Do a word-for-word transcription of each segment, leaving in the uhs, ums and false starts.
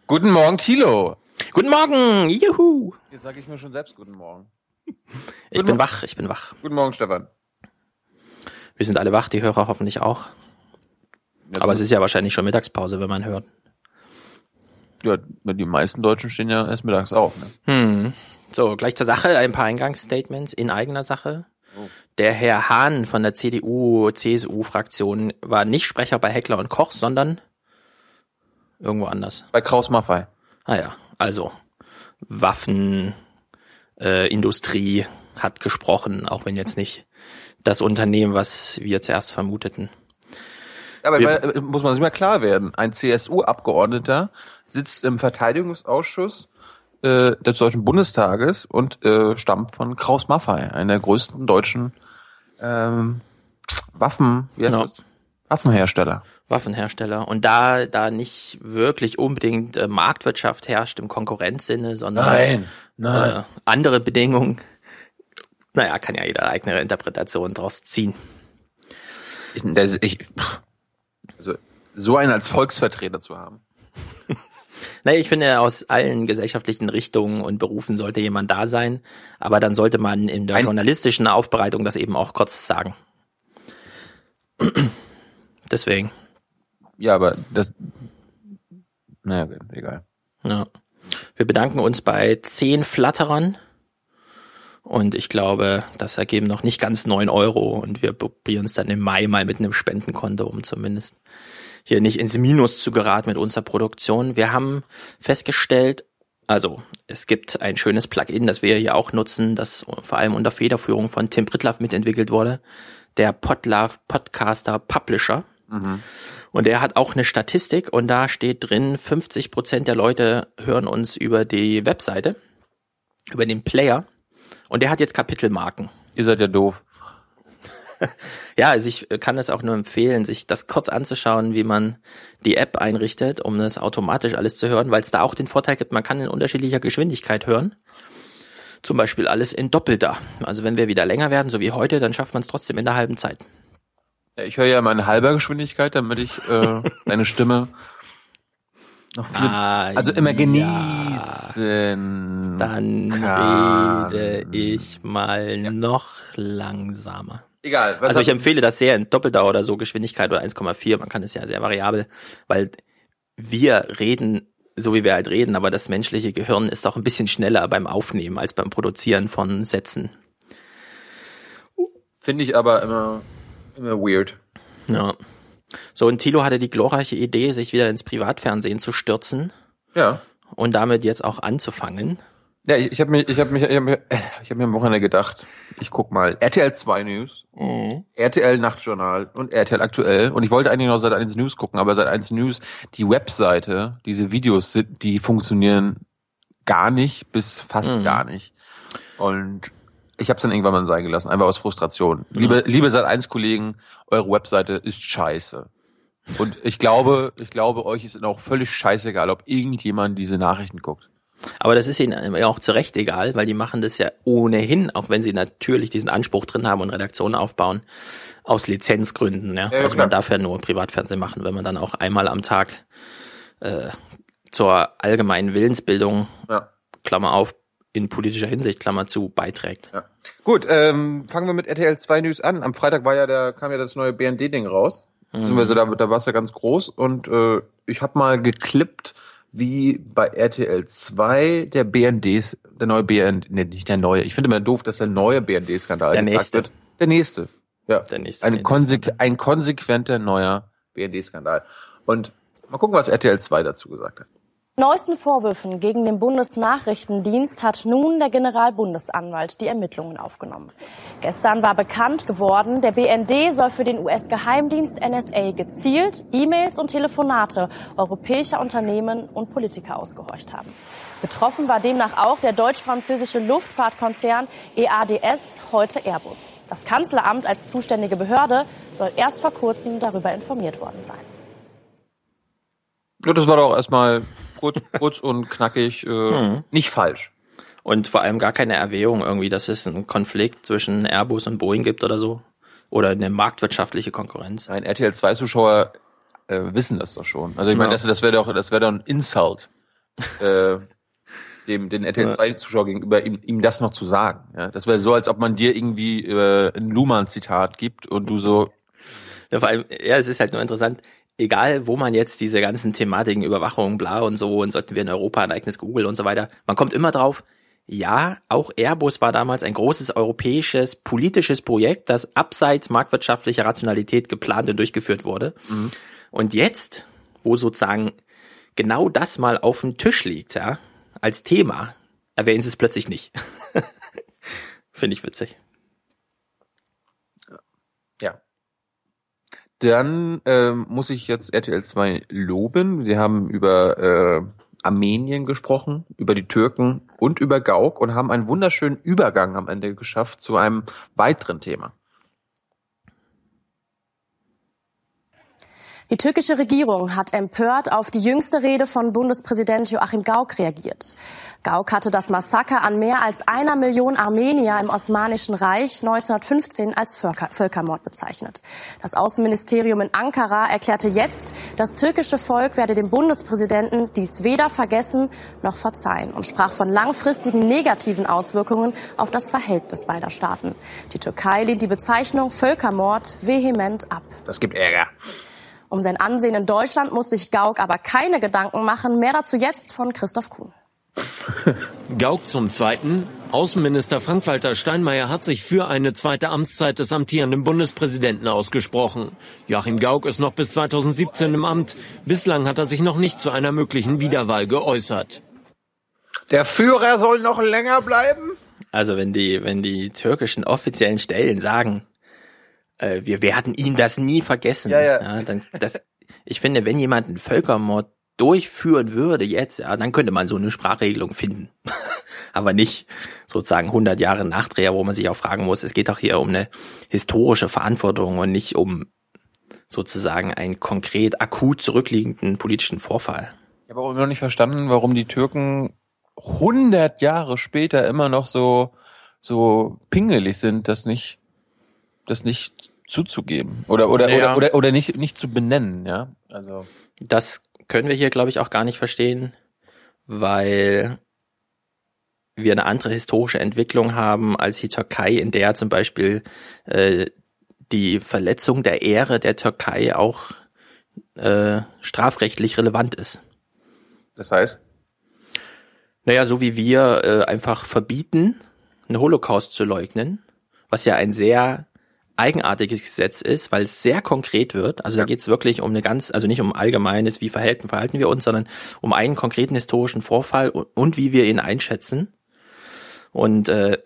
Guten Morgen, Thilo. Guten Morgen, juhu. Jetzt sage ich mir schon selbst guten Morgen. Ich guten bin Mo- wach, ich bin wach. Guten Morgen, Stefan. Wir sind alle wach, die Hörer hoffentlich auch. Ja, aber es ist ja wahrscheinlich schon Mittagspause, wenn man hört. Ja, die meisten Deutschen stehen ja erst mittags auf. Ne? Hm. So, gleich zur Sache, ein paar Eingangsstatements in eigener Sache. Oh. Der Herr Hahn von der C D U-C S U-Fraktion war nicht Sprecher bei Heckler und Koch, sondern irgendwo anders. Bei Kraus Maffei. Ah ja, also Waffenindustrie äh, Industrie hat gesprochen, auch wenn jetzt nicht das Unternehmen, was wir zuerst vermuteten. Aber wir, muss man sich mal klar werden, ein C S U-Abgeordneter sitzt im Verteidigungsausschuss äh, des Deutschen Bundestages und äh, stammt von Kraus Maffei, einer der größten deutschen ähm, Waffen, wie heißt ja. das? Waffenhersteller. Waffenhersteller. Und da da nicht wirklich unbedingt äh, Marktwirtschaft herrscht im Konkurrenzsinne, sondern nein, nein. Äh, andere Bedingungen, naja, kann ja jeder eigene Interpretation draus ziehen. Ich, das, ich, also, so einen als Volksvertreter zu haben. Naja, ich finde, aus allen gesellschaftlichen Richtungen und Berufen sollte jemand da sein, aber dann sollte man in der Ein journalistischen Aufbereitung das eben auch kurz sagen. Deswegen. Ja, aber das, naja, egal. Ja. Wir bedanken uns bei zehn Flatterern und ich glaube, das ergeben noch nicht ganz neun Euro und wir probieren es dann im Mai mal mit einem Spendenkonto, um zumindest hier nicht ins Minus zu geraten mit unserer Produktion. Wir haben festgestellt, also es gibt ein schönes Plugin, das wir hier auch nutzen, das vor allem unter Federführung von Tim Pritlove mitentwickelt wurde, der Podlove Podcaster Publisher. Mhm. Und er hat auch eine Statistik und da steht drin, fünfzig Prozent der Leute hören uns über die Webseite, über den Player und der hat jetzt Kapitelmarken. Ihr seid ja doof. Ja, also ich kann es auch nur empfehlen, sich das kurz anzuschauen, wie man die App einrichtet, um das automatisch alles zu hören, weil es da auch den Vorteil gibt, man kann in unterschiedlicher Geschwindigkeit hören. Zum Beispiel alles in doppelter. Also wenn wir wieder länger werden, so wie heute, dann schafft man es trotzdem in der halben Zeit. Ja, ich höre ja meine halber Geschwindigkeit, damit ich äh, deine Stimme noch viel, ah, also immer genießen. Ja. Dann kann. rede ich mal ja. noch langsamer. Egal. Was also ich empfehle das sehr in doppelter oder so Geschwindigkeit oder eins Komma vier. Man kann es ja sehr variabel, weil wir reden so wie wir halt reden, aber das menschliche Gehirn ist auch ein bisschen schneller beim Aufnehmen als beim Produzieren von Sätzen. Finde ich aber immer immer weird. Ja. So, und Thilo hatte die glorreiche Idee, sich wieder ins Privatfernsehen zu stürzen. Ja. Und damit jetzt auch anzufangen. Ja, ich, ich habe mich, ich habe mich, ich habe mir, ich habe mir am Wochenende gedacht, ich guck mal R T L zwei News, mhm. R T L Nachtjournal und R T L Aktuell. Und ich wollte eigentlich noch Sat eins News gucken, aber Sat eins News, die Webseite, diese Videos, sind, die funktionieren gar nicht bis fast mhm. gar nicht. Und ich habe es dann irgendwann mal sein gelassen, einfach aus Frustration. Ja. Liebe, liebe Sat eins Kollegen, eure Webseite ist scheiße. Und ich glaube, ich glaube, euch ist auch völlig scheißegal, ob irgendjemand diese Nachrichten guckt. Aber das ist ihnen auch zu Recht egal, weil die machen das ja ohnehin, auch wenn sie natürlich diesen Anspruch drin haben und Redaktionen aufbauen, aus Lizenzgründen. Ja? ja also klar. Man darf ja nur Privatfernsehen machen, wenn man dann auch einmal am Tag äh, zur allgemeinen Willensbildung, ja. Klammer auf, in politischer Hinsicht, Klammer zu, beiträgt. Ja. Gut, ähm, fangen wir mit R T L zwei News an. Am Freitag war ja der, kam ja das neue B N D-Ding raus. Mhm. Beziehungsweise da, da war es ja ganz groß und äh, ich habe mal geklippt, wie bei R T L zwei der B N D, der neue B N D, nee, nicht der neue, ich finde immer doof, dass der neue B N D-Skandal der nächste. wird. Der nächste. Ja. Der nächste. Ein, konsequ- ein konsequenter neuer B N D-Skandal. Und mal gucken, was R T L zwei dazu gesagt hat. Neuesten Vorwürfen gegen den Bundesnachrichtendienst hat nun der Generalbundesanwalt die Ermittlungen aufgenommen. Gestern war bekannt geworden, der B N D soll für den U S-Geheimdienst N S A gezielt E-Mails und Telefonate europäischer Unternehmen und Politiker ausgehorcht haben. Betroffen war demnach auch der deutsch-französische Luftfahrtkonzern E A D S, heute Airbus. Das Kanzleramt als zuständige Behörde soll erst vor kurzem darüber informiert worden sein. Ja, das war doch erstmal kurz, kurz und knackig, äh, mhm. nicht falsch. Und vor allem gar keine Erwägung irgendwie, dass es einen Konflikt zwischen Airbus und Boeing gibt oder so. Oder eine marktwirtschaftliche Konkurrenz. Nein, R T L zwei Zuschauer äh, wissen das doch schon. Also ich meine, ja. das, das wäre doch, das wäre doch ein Insult, äh, dem den R T L zwei Zuschauer gegenüber ihm, ihm das noch zu sagen. Ja, das wäre so, als ob man dir irgendwie äh, ein Luhmann-Zitat gibt und du so. Ja, vor allem, ja, es ist halt nur interessant. Egal, wo man jetzt diese ganzen Thematiken, Überwachung, bla und so, und sollten wir in Europa ein eigenes Google und so weiter, man kommt immer drauf, ja, auch Airbus war damals ein großes europäisches politisches Projekt, das abseits marktwirtschaftlicher Rationalität geplant und durchgeführt wurde. Mhm. Und jetzt, wo sozusagen genau das mal auf dem Tisch liegt, ja, als Thema, erwähnen sie es plötzlich nicht. Finde ich witzig. Ja. Dann ähm, muss ich jetzt R T L zwei loben. Wir haben über äh, Armenien gesprochen, über die Türken und über Gauck und haben einen wunderschönen Übergang am Ende geschafft zu einem weiteren Thema. Die türkische Regierung hat empört auf die jüngste Rede von Bundespräsident Joachim Gauck reagiert. Gauck hatte das Massaker an mehr als einer Million Armenier im Osmanischen Reich neunzehnhundertfünfzehn als Völker- Völkermord bezeichnet. Das Außenministerium in Ankara erklärte jetzt, das türkische Volk werde dem Bundespräsidenten dies weder vergessen noch verzeihen und sprach von langfristigen negativen Auswirkungen auf das Verhältnis beider Staaten. Die Türkei lehnt die Bezeichnung Völkermord vehement ab. Das gibt Ärger. Um sein Ansehen in Deutschland muss sich Gauck aber keine Gedanken machen. Mehr dazu jetzt von Christoph Kuhn. Gauck zum Zweiten. Außenminister Frank-Walter Steinmeier hat sich für eine zweite Amtszeit des amtierenden Bundespräsidenten ausgesprochen. Joachim Gauck ist noch bis zweitausendsiebzehn im Amt. Bislang hat er sich noch nicht zu einer möglichen Wiederwahl geäußert. Der Führer soll noch länger bleiben? Also wenn die, wenn die türkischen offiziellen Stellen sagen, Wir werden ihm das nie vergessen. Ja, ja. Ja, dann, das, ich finde, wenn jemand einen Völkermord durchführen würde jetzt, ja, dann könnte man so eine Sprachregelung finden. Aber nicht sozusagen hundert Jahre Nachdreher, wo man sich auch fragen muss, es geht doch hier um eine historische Verantwortung und nicht um sozusagen einen konkret akut zurückliegenden politischen Vorfall. Ich habe auch immer noch nicht verstanden, warum die Türken hundert Jahre später immer noch so, so pingelig sind, das nicht das nicht zuzugeben oder oder ja. oder oder, oder nicht nicht zu benennen, ja? Also das können wir hier, glaube ich, auch gar nicht verstehen, weil wir eine andere historische Entwicklung haben als die Türkei, in der zum Beispiel äh, die Verletzung der Ehre der Türkei auch äh, strafrechtlich relevant ist. Das heißt? Naja, so wie wir äh, einfach verbieten, einen Holocaust zu leugnen, was ja ein sehr eigenartiges Gesetz ist, weil es sehr konkret wird. Also ja. Da geht es wirklich um eine ganz, also nicht um allgemeines, wie verhalten, verhalten wir uns, sondern um einen konkreten historischen Vorfall und, und wie wir ihn einschätzen. Und äh,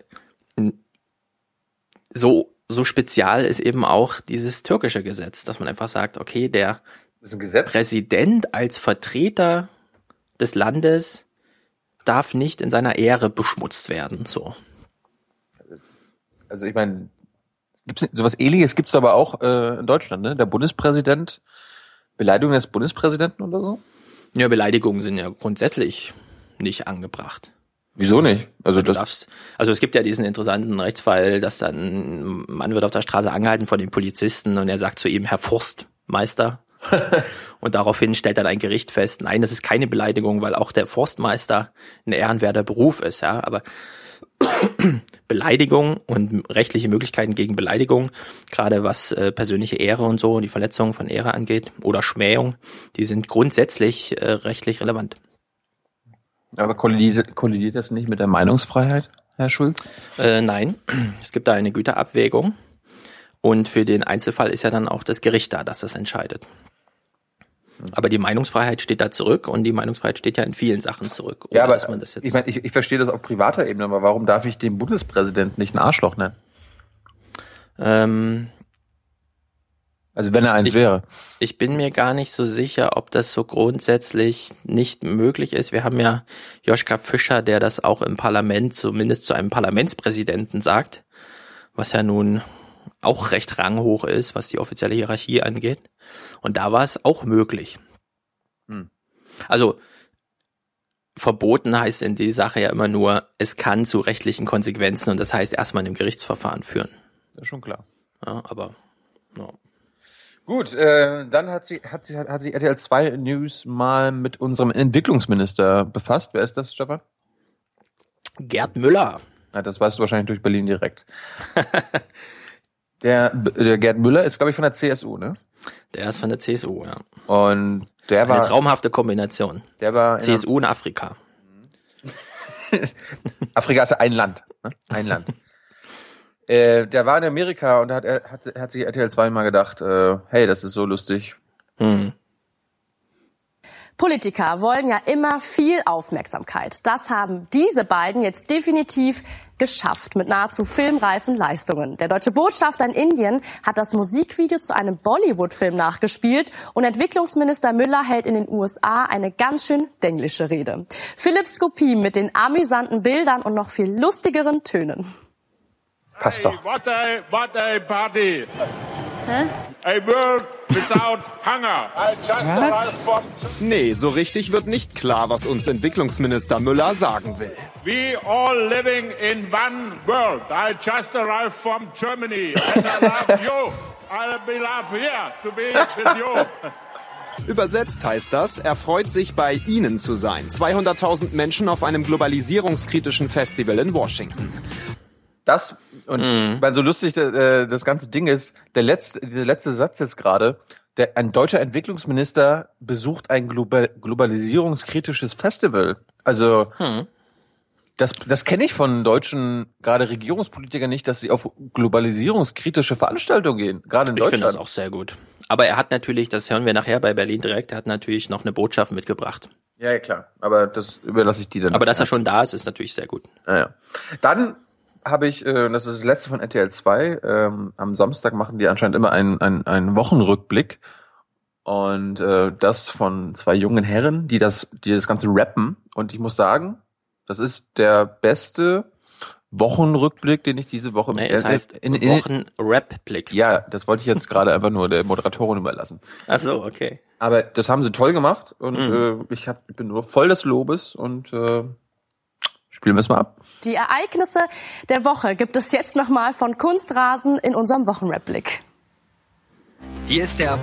so so spezial ist eben auch dieses türkische Gesetz, dass man einfach sagt, okay, der das ist ein Gesetz? Präsident als Vertreter des Landes darf nicht in seiner Ehre beschmutzt werden. So. Also ich meine, gibt's sowas Ähnliches gibt's aber auch äh, in Deutschland, ne? Der Bundespräsident, Beleidigung des Bundespräsidenten oder so? Ja, Beleidigungen sind ja grundsätzlich nicht angebracht. Wieso nicht? Also du das darfst, also es gibt ja diesen interessanten Rechtsfall, dass dann ein Mann wird auf der Straße angehalten von den Polizisten und er sagt zu ihm, Herr Forstmeister. Und daraufhin stellt dann ein Gericht fest, nein, das ist keine Beleidigung, weil auch der Forstmeister ein ehrenwerter Beruf ist, ja, aber Beleidigung und rechtliche Möglichkeiten gegen Beleidigung, gerade was äh, persönliche Ehre und so, die Verletzung von Ehre angeht oder Schmähung, die sind grundsätzlich äh, rechtlich relevant. Aber kollidiert, kollidiert das nicht mit der Meinungsfreiheit, Herr Schulz? Äh, nein, es gibt da eine Güterabwägung und für den Einzelfall ist ja dann auch das Gericht da, das das entscheidet. Aber die Meinungsfreiheit steht da zurück und die Meinungsfreiheit steht ja in vielen Sachen zurück. Ja, aber dass man das jetzt ich meine, ich, ich verstehe das auf privater Ebene, aber warum darf ich den Bundespräsidenten nicht ein Arschloch nennen? Ähm, also wenn er eins ich, wäre. Ich bin mir gar nicht so sicher, ob das so grundsätzlich nicht möglich ist. Wir haben ja Joschka Fischer, der das auch im Parlament zumindest zu einem Parlamentspräsidenten sagt, was ja nun auch recht ranghoch ist, was die offizielle Hierarchie angeht. Und da war es auch möglich. Hm. Also verboten heißt in die Sache ja immer nur, es kann zu rechtlichen Konsequenzen und das heißt erstmal in einem Gerichtsverfahren führen. Das ist schon klar. Ja, aber ja. Gut, äh, dann hat sie, hat sie, hat sich R T L zwei News mal mit unserem Entwicklungsminister befasst. Wer ist das, Stefan? Gerd Müller. Ja, das weißt du wahrscheinlich durch Berlin direkt. der, der Gerd Müller ist, glaube ich, von der C S U, ne? Der ist von der C S U, ja. Und der Eine war... Eine traumhafte Kombination. Der war... C S U und Afrika. Afrika ist ja ein Land, ne? Ein Land. äh, der war in Amerika und hat, hat, hat sich R T L zwei mal gedacht, äh, hey, das ist so lustig. Hm. Politiker wollen ja immer viel Aufmerksamkeit. Das haben diese beiden jetzt definitiv geschafft mit nahezu filmreifen Leistungen. Der deutsche Botschafter in Indien hat das Musikvideo zu einem Bollywood-Film nachgespielt und Entwicklungsminister Müller hält in den U S A eine ganz schön denglische Rede. Philipp Skopin mit den amüsanten Bildern und noch viel lustigeren Tönen. Passt doch. Hey, what a, what a party. Hä? A world without hunger. Nee, so richtig wird nicht klar, was uns Entwicklungsminister Müller sagen will. We all living in one world. I just arrived from Germany and I love you. I'll be love here to be with you. Übersetzt heißt das, er freut sich, bei Ihnen zu sein. zweihunderttausend Menschen auf einem globalisierungskritischen Festival in Washington. Das, und mhm. weil so lustig äh, das ganze Ding ist, der letzte, dieser letzte Satz jetzt gerade, der, ein deutscher Entwicklungsminister besucht ein Global, globalisierungskritisches Festival. Also, mhm. das, das kenne ich von deutschen, gerade Regierungspolitikern nicht, dass sie auf globalisierungskritische Veranstaltungen gehen, gerade in ich Deutschland. Ich finde das auch sehr gut. Aber er hat natürlich, das hören wir nachher bei Berlin direkt, er hat natürlich noch eine Botschaft mitgebracht. Ja, ja klar, aber das überlasse ich dir dann. Aber dass er schon da ist, ist natürlich sehr gut. Naja. Dann habe ich, äh, das ist das letzte von R T L zwei, ähm, am Samstag machen die anscheinend immer einen, einen, einen Wochenrückblick und äh, das von zwei jungen Herren, die das, die das Ganze rappen und ich muss sagen, das ist der beste Wochenrückblick, den ich diese Woche... Nee, es heißt in, in, Wochenrap-Blick. Ja, das wollte ich jetzt gerade einfach nur der Moderatorin überlassen. Ach so, okay. Aber das haben sie toll gemacht und Mhm. äh, ich, hab, ich bin nur voll des Lobes und äh, spielen wir es mal ab. Die Ereignisse der Woche gibt es jetzt nochmal von Kunstrasen in unserem Wochenrap-Blick. Hier ist der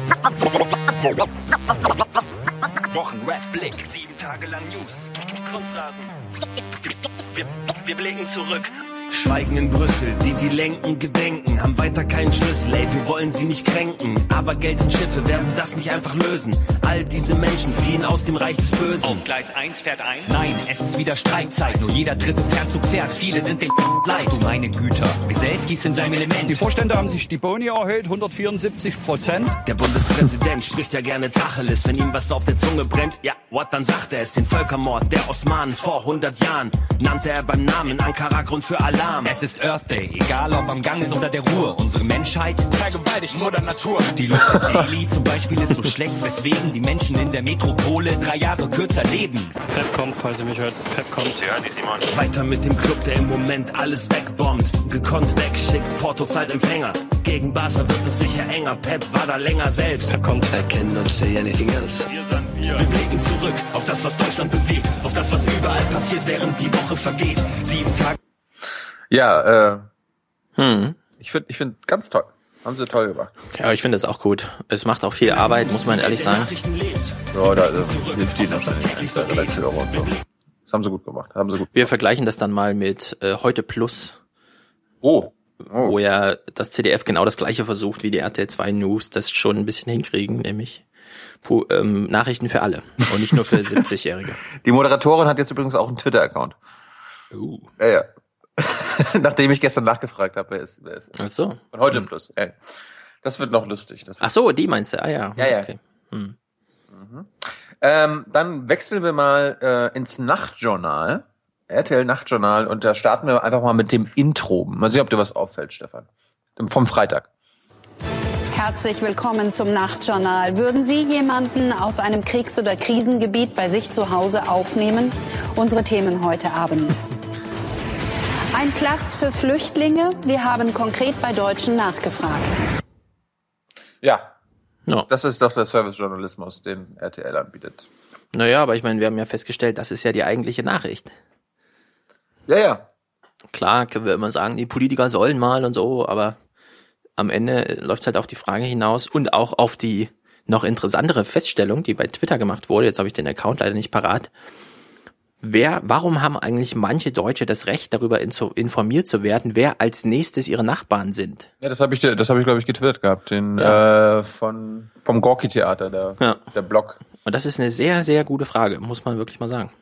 Wochenrap-Blick. Sieben Tage lang News. Kunstrasen. Wir, wir blicken zurück. Schweigen in Brüssel, die die lenken, gedenken, haben weiter keinen Schlüssel, ey, wir wollen sie nicht kränken. Aber Geld und Schiffe werden das nicht einfach lösen. All diese Menschen fliehen aus dem Reich des Bösen. Auf Gleis eins fährt ein. Nein, es ist wieder Streikzeit. Nur jeder dritte Fährzug fährt. Viele sind den leid. Du meine Güter, Wieselski ist in seinem Element. Die Vorstände haben sich die Boni erhöht, hundertvierundsiebzig Prozent. Der Bundespräsident spricht ja gerne Tacheles, wenn ihm was auf der Zunge brennt. Ja, what, dann sagt er es, den Völkermord der Osmanen vor hundert Jahren. Nannte er beim Namen Ankara Grund für Alarm. Es ist Earth Day, egal ob am Gang ist oder der Ruhe. Unsere Menschheit vergewaltigt Mutter Natur. Die Luft in Delhi zum Beispiel ist so schlecht, weswegen die Menschen in der Metropole drei Jahre kürzer leben. Pep kommt, falls ihr mich hört. Pep kommt. Ja, die Simon. Weiter mit dem Club, der im Moment alles wegbombt. Gekonnt wegschickt, Porto zahlt Empfänger. Gegen Barca wird es sicher enger. Pep war da länger selbst. Pep kommt. I cannot say anything else. Hier sind wir. Wir blicken zurück auf das, was Deutschland bewegt. Auf das, was überall passiert, während die Woche vergeht. Sieben Tage. Ja, äh, Hm. ich finde, ich finde ganz toll. Haben sie toll gemacht. Ja, ich finde das auch gut. Es macht auch viel Arbeit, muss man ehrlich sagen. Ja, da also, hilft ihnen das eigentlich Redakteure und so. Das haben sie gut gemacht. Haben sie gut. Wir vergleichen das dann mal mit äh, Heute Plus, Oh. oh. wo ja das C D F genau das gleiche versucht wie die R T L zwei News, das schon ein bisschen hinkriegen, nämlich pu- ähm, Nachrichten für alle und nicht nur für siebzigjährige. Die Moderatorin hat jetzt übrigens auch einen Twitter-Account. Uh. Ja, ja. Nachdem ich gestern nachgefragt habe, wer ist, wer ist. Ach so. Von heute im Plus. Ey. Das wird noch lustig. Das wird Ach so, die meinst du? Ah ja. Ja, ja. Okay. Hm. Ähm, dann wechseln wir mal äh, ins Nachtjournal. R T L Nachtjournal. Und da starten wir einfach mal mit dem Intro. Mal sehen, ob dir was auffällt, Stefan. Vom Freitag. Herzlich willkommen zum Nachtjournal. Würden Sie jemanden aus einem Kriegs- oder Krisengebiet bei sich zu Hause aufnehmen? Unsere Themen heute Abend. Ein Platz für Flüchtlinge? Wir haben konkret bei Deutschen nachgefragt. Ja. No. Das ist doch der Servicejournalismus, den R T L anbietet. Naja, aber ich meine, wir haben ja festgestellt, das ist ja die eigentliche Nachricht. Ja, ja. Klar können wir immer sagen, die Politiker sollen mal und so, aber am Ende läuft es halt auf die Frage hinaus und auch auf die noch interessantere Feststellung, die bei Twitter gemacht wurde, jetzt habe ich den Account leider nicht parat. Wer, warum haben eigentlich manche Deutsche das Recht, darüber informiert zu werden, wer als nächstes ihre Nachbarn sind? Ja, das habe ich, das habe ich, glaube ich, getwittert gehabt, den ja. äh, von vom Gorki-Theater, der, ja. der Blog. Und das ist eine sehr, sehr gute Frage, muss man wirklich mal sagen.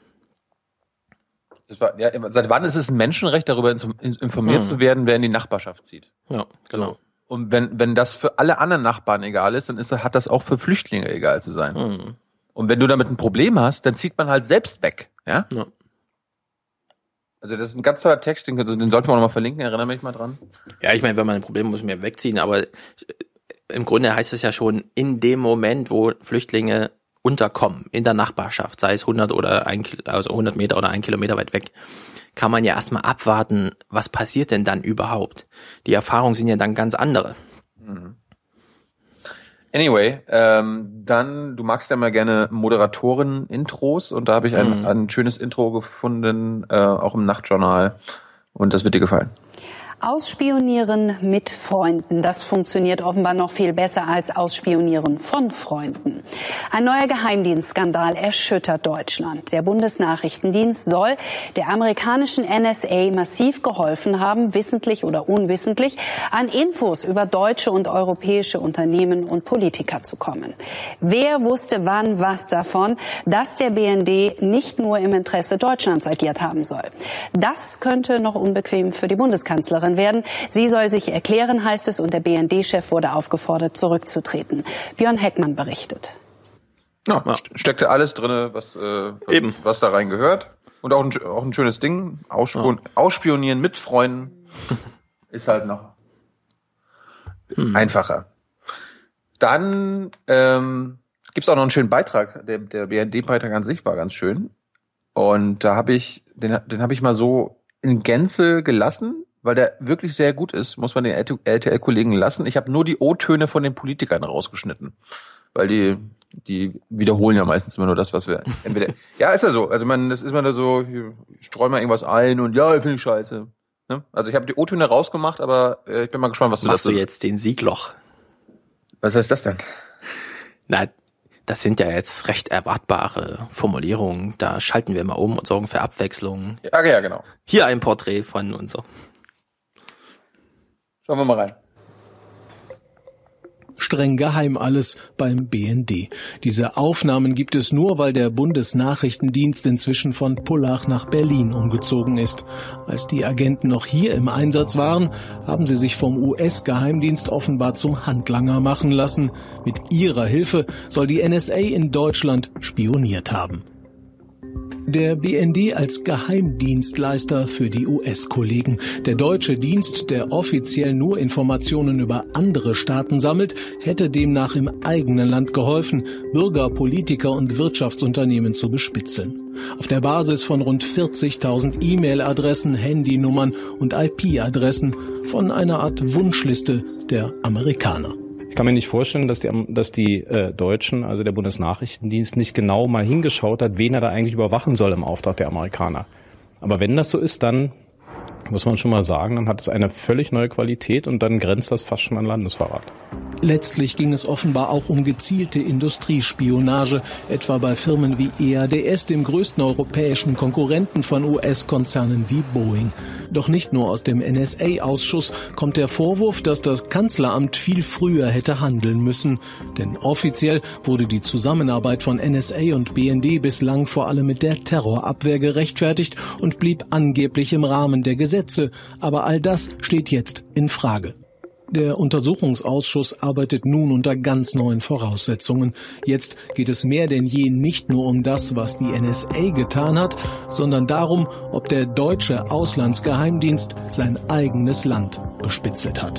Das war, ja, seit wann ist es ein Menschenrecht, darüber informiert hm. zu werden, wer in die Nachbarschaft zieht? Ja, genau. So. Und wenn wenn das für alle anderen Nachbarn egal ist, dann ist, hat das auch für Flüchtlinge egal zu sein. Hm. Und wenn du damit ein Problem hast, dann zieht man halt selbst weg. Ja? ja. Also das ist ein ganz toller Text, den, den sollten wir auch noch mal verlinken, erinnere mich mal dran. Ja, ich meine, wenn man ein Problem hat, muss man ja wegziehen, aber im Grunde heißt es ja schon, in dem Moment, wo Flüchtlinge unterkommen, in der Nachbarschaft, sei es hundert oder ein, also hundert Meter oder ein Kilometer weit weg, kann man ja erstmal abwarten, was passiert denn dann überhaupt? Die Erfahrungen sind ja dann ganz andere. Mhm. Anyway, ähm, dann, du magst ja mal gerne Moderatoren-Intros und da habe ich ein, mhm. ein schönes Intro gefunden, äh, auch im Nachtjournal und das wird dir gefallen. Ausspionieren mit Freunden. Das funktioniert offenbar noch viel besser als Ausspionieren von Freunden. Ein neuer Geheimdienstskandal erschüttert Deutschland. Der Bundesnachrichtendienst soll der amerikanischen N S A massiv geholfen haben, wissentlich oder unwissentlich, an Infos über deutsche und europäische Unternehmen und Politiker zu kommen. Wer wusste wann was davon, dass der B N D nicht nur im Interesse Deutschlands agiert haben soll? Das könnte noch unbequem für die Bundeskanzlerin werden. Sie soll sich erklären, heißt es, und der B N D-Chef wurde aufgefordert, zurückzutreten. Björn Heckmann berichtet. Ja, ja. Steckte alles drin, was, äh, was, Eben. was da rein gehört. Und auch ein, auch ein schönes Ding. Ausspion- ja. Ausspionieren mit Freunden ist halt noch hm. einfacher. Dann ähm, gibt's auch noch einen schönen Beitrag. Der, der B N D-Beitrag an sich war ganz schön. Und da habe ich, den, den habe ich mal so in Gänze gelassen, weil der wirklich sehr gut ist, muss man den L T L-Kollegen lassen. Ich habe nur die O-Töne von den Politikern rausgeschnitten, weil die die wiederholen ja meistens immer nur das, was wir entweder ja, ist ja so. Also man, das ist man da so, ich streue mal irgendwas ein und ja, finde ich scheiße. Ne? Also ich habe die O-Töne rausgemacht, aber äh, ich bin mal gespannt, was du Machst dazu... Machst du jetzt den Siegloch? Was heißt das denn? Na, das sind ja jetzt recht erwartbare Formulierungen. Da schalten wir mal um und sorgen für Abwechslung. Ja, ja, genau. Hier ein Porträt von und so. Schauen wir mal rein. Streng geheim alles beim B N D. Diese Aufnahmen gibt es nur, weil der Bundesnachrichtendienst inzwischen von Pullach nach Berlin umgezogen ist. Als die Agenten noch hier im Einsatz waren, haben sie sich vom U S-Geheimdienst offenbar zum Handlanger machen lassen. Mit ihrer Hilfe soll die N S A in Deutschland spioniert haben. Der B N D als Geheimdienstleister für die U S-Kollegen. Der deutsche Dienst, der offiziell nur Informationen über andere Staaten sammelt, hätte demnach im eigenen Land geholfen, Bürger, Politiker und Wirtschaftsunternehmen zu bespitzeln. Auf der Basis von rund vierzigtausend E-Mail-Adressen, Handynummern und I P-Adressen von einer Art Wunschliste der Amerikaner. Ich kann mir nicht vorstellen, dass die, dass die äh, Deutschen, also der Bundesnachrichtendienst, nicht genau mal hingeschaut hat, wen er da eigentlich überwachen soll im Auftrag der Amerikaner. Aber wenn das so ist, dann muss man schon mal sagen, dann hat es eine völlig neue Qualität und dann grenzt das fast schon an Landesverrat. Letztlich ging es offenbar auch um gezielte Industriespionage, etwa bei Firmen wie E A D S, dem größten europäischen Konkurrenten von U S-Konzernen wie Boeing. Doch nicht nur aus dem N S A-Ausschuss kommt der Vorwurf, dass das Kanzleramt viel früher hätte handeln müssen. Denn offiziell wurde die Zusammenarbeit von N S A und B N D bislang vor allem mit der Terrorabwehr gerechtfertigt und blieb angeblich im Rahmen der Gesetze. Aber all das steht jetzt in Frage. Der Untersuchungsausschuss arbeitet nun unter ganz neuen Voraussetzungen. Jetzt geht es mehr denn je nicht nur um das, was die N S A getan hat, sondern darum, ob der deutsche Auslandsgeheimdienst sein eigenes Land bespitzelt hat.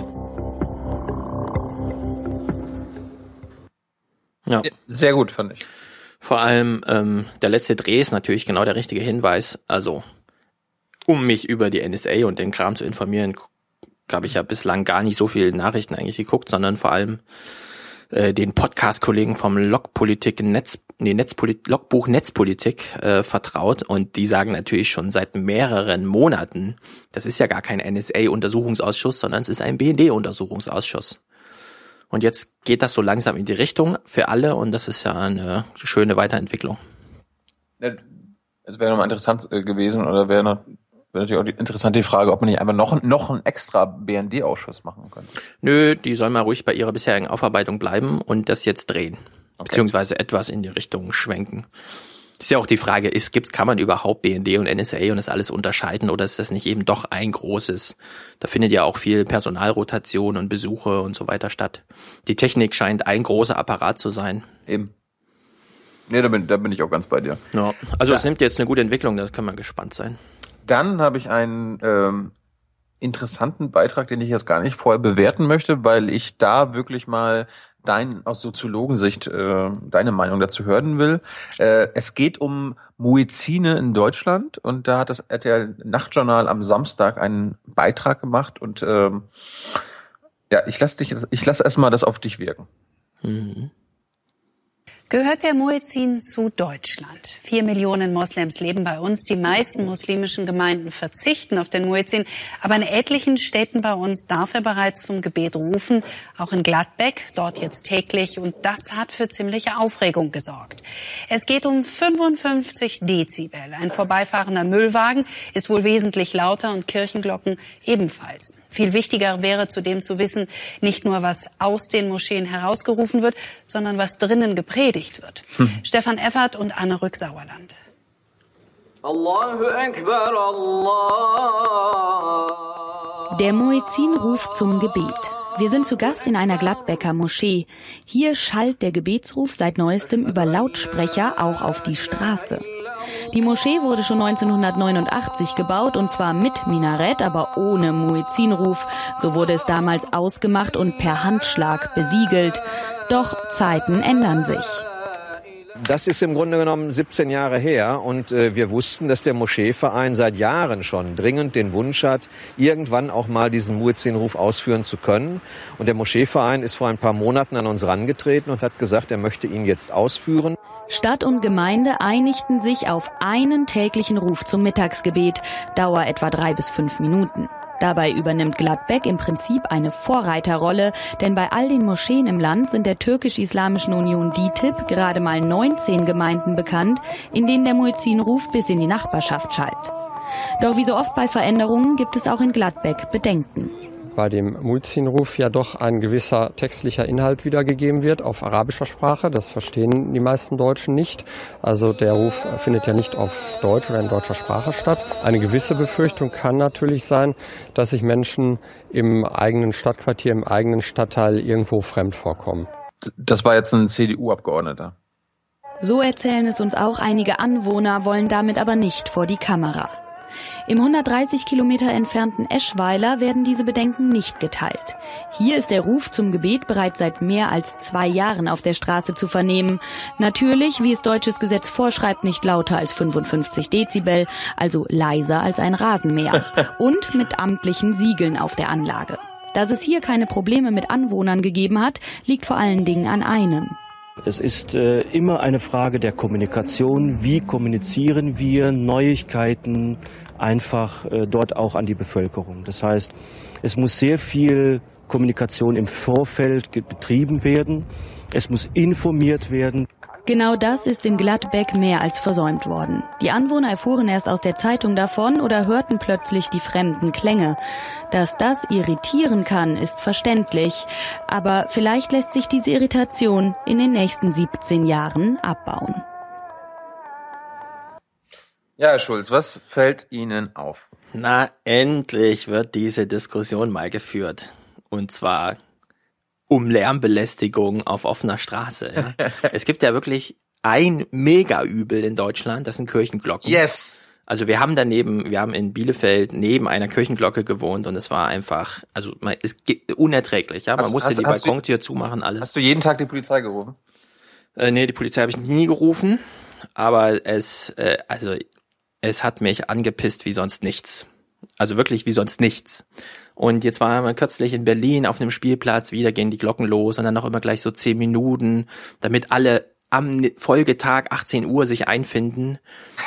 Ja, sehr gut, fand ich. Vor allem ähm, der letzte Dreh ist natürlich genau der richtige Hinweis. Also, um mich über die N S A und den Kram zu informieren, habe ich ja bislang gar nicht so viele Nachrichten eigentlich geguckt, sondern vor allem äh, den Podcast-Kollegen vom Logpolitik Netz, nee, Netzpolit, Logbuch Netzpolitik äh, vertraut und die sagen natürlich schon seit mehreren Monaten, das ist ja gar kein N S A-Untersuchungsausschuss, sondern es ist ein B N D-Untersuchungsausschuss. Und jetzt geht das so langsam in die Richtung für alle und das ist ja eine schöne Weiterentwicklung. Es wäre nochmal interessant gewesen oder wäre noch wäre natürlich auch die interessante Frage, ob man nicht einfach noch, noch einen extra B N D-Ausschuss machen könnte. Nö, die sollen mal ruhig bei ihrer bisherigen Aufarbeitung bleiben und das jetzt drehen. Okay. Beziehungsweise etwas in die Richtung schwenken. Das ist ja auch die Frage, ist, gibt's, kann man überhaupt B N D und N S A und das alles unterscheiden oder ist das nicht eben doch ein großes? Da findet ja auch viel Personalrotation und Besuche und so weiter statt. Die Technik scheint ein großer Apparat zu sein. Eben. Nee, da bin, da bin ich auch ganz bei dir. Ja. Also es nimmt jetzt eine gute Entwicklung, da können wir gespannt sein. Dann habe ich einen ähm, interessanten Beitrag, den ich jetzt gar nicht vorher bewerten möchte, weil ich da wirklich mal dein aus Soziologensicht äh, deine Meinung dazu hören will. Äh, es geht um Muezzine in Deutschland und da hat das R T L Nachtjournal am Samstag einen Beitrag gemacht und ähm, ja, ich lasse dich, ich lasse erstmal das auf dich wirken. Mhm. Gehört der Muezzin zu Deutschland? Vier Millionen Moslems leben bei uns. Die meisten muslimischen Gemeinden verzichten auf den Muezzin. Aber in etlichen Städten bei uns darf er bereits zum Gebet rufen. Auch in Gladbeck, dort jetzt täglich. Und das hat für ziemliche Aufregung gesorgt. Es geht um fünfundfünfzig Dezibel. Ein vorbeifahrender Müllwagen ist wohl wesentlich lauter und Kirchenglocken ebenfalls. Viel wichtiger wäre zudem zu wissen, nicht nur, was aus den Moscheen herausgerufen wird, sondern was drinnen gepredigt wird. Hm. Stefan Effert und Anne Rück-Sauerland. Allahu Akbar, Allah. Der Muezzin ruft zum Gebet. Wir sind zu Gast in einer Gladbecker Moschee. Hier schallt der Gebetsruf seit neuestem über Lautsprecher auch auf die Straße. Die Moschee wurde schon neunzehnhundertneunundachtzig gebaut und zwar mit Minarett, aber ohne Muezzinruf. So wurde es damals ausgemacht und per Handschlag besiegelt. Doch Zeiten ändern sich. Das ist im Grunde genommen siebzehn Jahre her und äh, wir wussten, dass der Moscheeverein seit Jahren schon dringend den Wunsch hat, irgendwann auch mal diesen Muezzinruf ausführen zu können. Und der Moscheeverein ist vor ein paar Monaten an uns herangetreten und hat gesagt, er möchte ihn jetzt ausführen. Stadt und Gemeinde einigten sich auf einen täglichen Ruf zum Mittagsgebet, Dauer etwa drei bis fünf Minuten. Dabei übernimmt Gladbeck im Prinzip eine Vorreiterrolle, denn bei all den Moscheen im Land sind der Türkisch-Islamischen Union D I T I B gerade mal neunzehn Gemeinden bekannt, in denen der Muezzinruf bis in die Nachbarschaft schallt. Doch wie so oft bei Veränderungen gibt es auch in Gladbeck Bedenken. Bei dem Muezzinruf ja doch ein gewisser textlicher Inhalt wiedergegeben wird auf arabischer Sprache. Das verstehen die meisten Deutschen nicht. Also der Ruf findet ja nicht auf Deutsch oder in deutscher Sprache statt. Eine gewisse Befürchtung kann natürlich sein, dass sich Menschen im eigenen Stadtquartier, im eigenen Stadtteil irgendwo fremd vorkommen. Das war jetzt ein C D U-Abgeordneter. So erzählen es uns auch einige Anwohner, wollen damit aber nicht vor die Kamera. Im hundertdreißig Kilometer entfernten Eschweiler werden diese Bedenken nicht geteilt. Hier ist der Ruf zum Gebet bereits seit mehr als zwei Jahren auf der Straße zu vernehmen. Natürlich, wie es deutsches Gesetz vorschreibt, nicht lauter als fünfundfünfzig Dezibel, also leiser als ein Rasenmäher. Und mit amtlichen Siegeln auf der Anlage. Dass es hier keine Probleme mit Anwohnern gegeben hat, liegt vor allen Dingen an einem. Es ist äh, immer eine Frage der Kommunikation. Wie kommunizieren wir Neuigkeiten einfach äh, dort auch an die Bevölkerung? Das heißt, es muss sehr viel Kommunikation im Vorfeld betrieben werden. Es muss informiert werden. Genau das ist in Gladbeck mehr als versäumt worden. Die Anwohner erfuhren erst aus der Zeitung davon oder hörten plötzlich die fremden Klänge. Dass das irritieren kann, ist verständlich. Aber vielleicht lässt sich diese Irritation in den nächsten siebzehn Jahren abbauen. Ja, Herr Schulz, was fällt Ihnen auf? Na, endlich wird diese Diskussion mal geführt. Und zwar um Lärmbelästigung auf offener Straße. Ja. Es gibt ja wirklich ein Mega-Übel in Deutschland, das sind Kirchenglocken. Yes! Also wir haben daneben, wir haben in Bielefeld neben einer Kirchenglocke gewohnt und es war einfach, also man, es unerträglich. Ja, man hast, musste hast, die Balkontür zumachen, alles. Hast du jeden Tag die Polizei gerufen? Äh, nee, die Polizei habe ich nie gerufen, aber es, äh, also es hat mich angepisst wie sonst nichts. Also wirklich wie sonst nichts. Und jetzt waren wir kürzlich in Berlin auf einem Spielplatz, wieder gehen die Glocken los und dann noch immer gleich so zehn Minuten, damit alle am Folgetag achtzehn Uhr sich einfinden.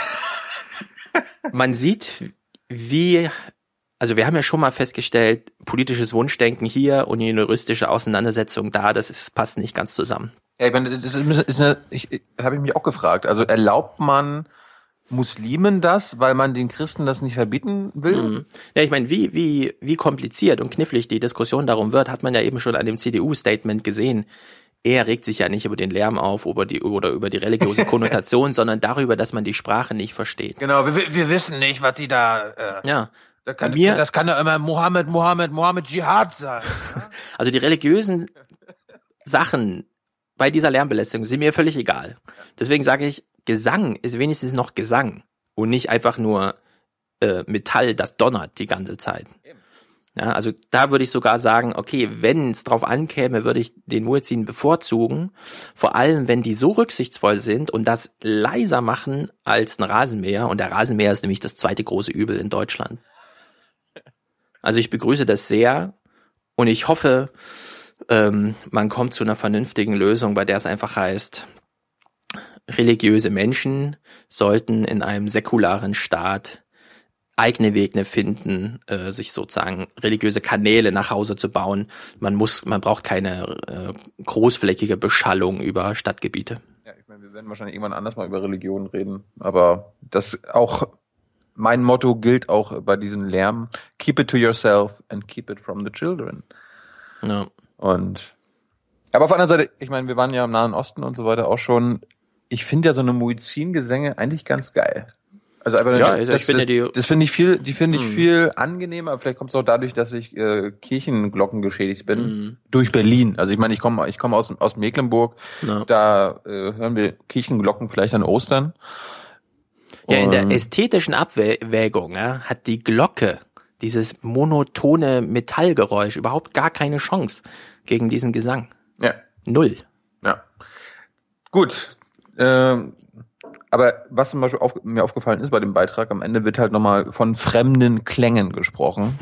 Man sieht, wie, also wir haben ja schon mal festgestellt, politisches Wunschdenken hier und die juristische Auseinandersetzung da, das ist, passt nicht ganz zusammen. Ja, ich meine, das ist, ist eine, ich, ich habe ich mich auch gefragt. Also erlaubt man Muslimen das, weil man den Christen das nicht verbieten will? Mhm. Ja, ich meine, wie wie wie kompliziert und knifflig die Diskussion darum wird, hat man ja eben schon an dem C D U-Statement gesehen. Er regt sich ja nicht über den Lärm auf über die, oder über die religiöse Konnotation, sondern darüber, dass man die Sprache nicht versteht. Genau, wir, wir wissen nicht, was die da... Äh, ja. Da kann, Mir, das kann ja immer Mohammed, Mohammed, Mohammed Dschihad sein. Also die religiösen Sachen bei dieser Lärmbelästigung sind mir völlig egal. Deswegen sage ich, Gesang ist wenigstens noch Gesang und nicht einfach nur äh, Metall, das donnert die ganze Zeit. Ja, also da würde ich sogar sagen, okay, wenn es drauf ankäme, würde ich den Muezzin bevorzugen, vor allem wenn die so rücksichtsvoll sind und das leiser machen als ein Rasenmäher. Und der Rasenmäher ist nämlich das zweite große Übel in Deutschland. Also ich begrüße das sehr und ich hoffe, ähm, man kommt zu einer vernünftigen Lösung, bei der es einfach heißt, religiöse Menschen sollten in einem säkularen Staat eigene Wege finden, äh, sich sozusagen religiöse Kanäle nach Hause zu bauen. Man muss, man braucht keine äh, großflächige Beschallung über Stadtgebiete. Ja, ich meine, wir werden wahrscheinlich irgendwann anders mal über Religion reden, aber das auch mein Motto gilt auch bei diesem Lärm: Keep it to yourself and keep it from the children. Ja. Und aber auf der anderen Seite, ich meine, wir waren ja im Nahen Osten und so weiter auch schon. Ich finde ja so eine Muezzin-Gesänge eigentlich ganz geil. Also einfach ja, das, ich das, finde die, das finde ich viel, die finde ich hm. viel angenehmer. Aber vielleicht kommt es auch dadurch, dass ich äh, Kirchenglocken geschädigt bin hm. durch Berlin. Also ich meine, ich komme, ich komme aus aus Mecklenburg. Ja. Da äh, hören wir Kirchenglocken vielleicht an Ostern. Ja, in der ästhetischen Abwägung ja, hat die Glocke, dieses monotone Metallgeräusch, überhaupt gar keine Chance gegen diesen Gesang. Ja. Null. Ja. Gut. Ähm, aber was zum Beispiel auf, mir aufgefallen ist bei dem Beitrag, am Ende wird halt nochmal von fremden Klängen gesprochen.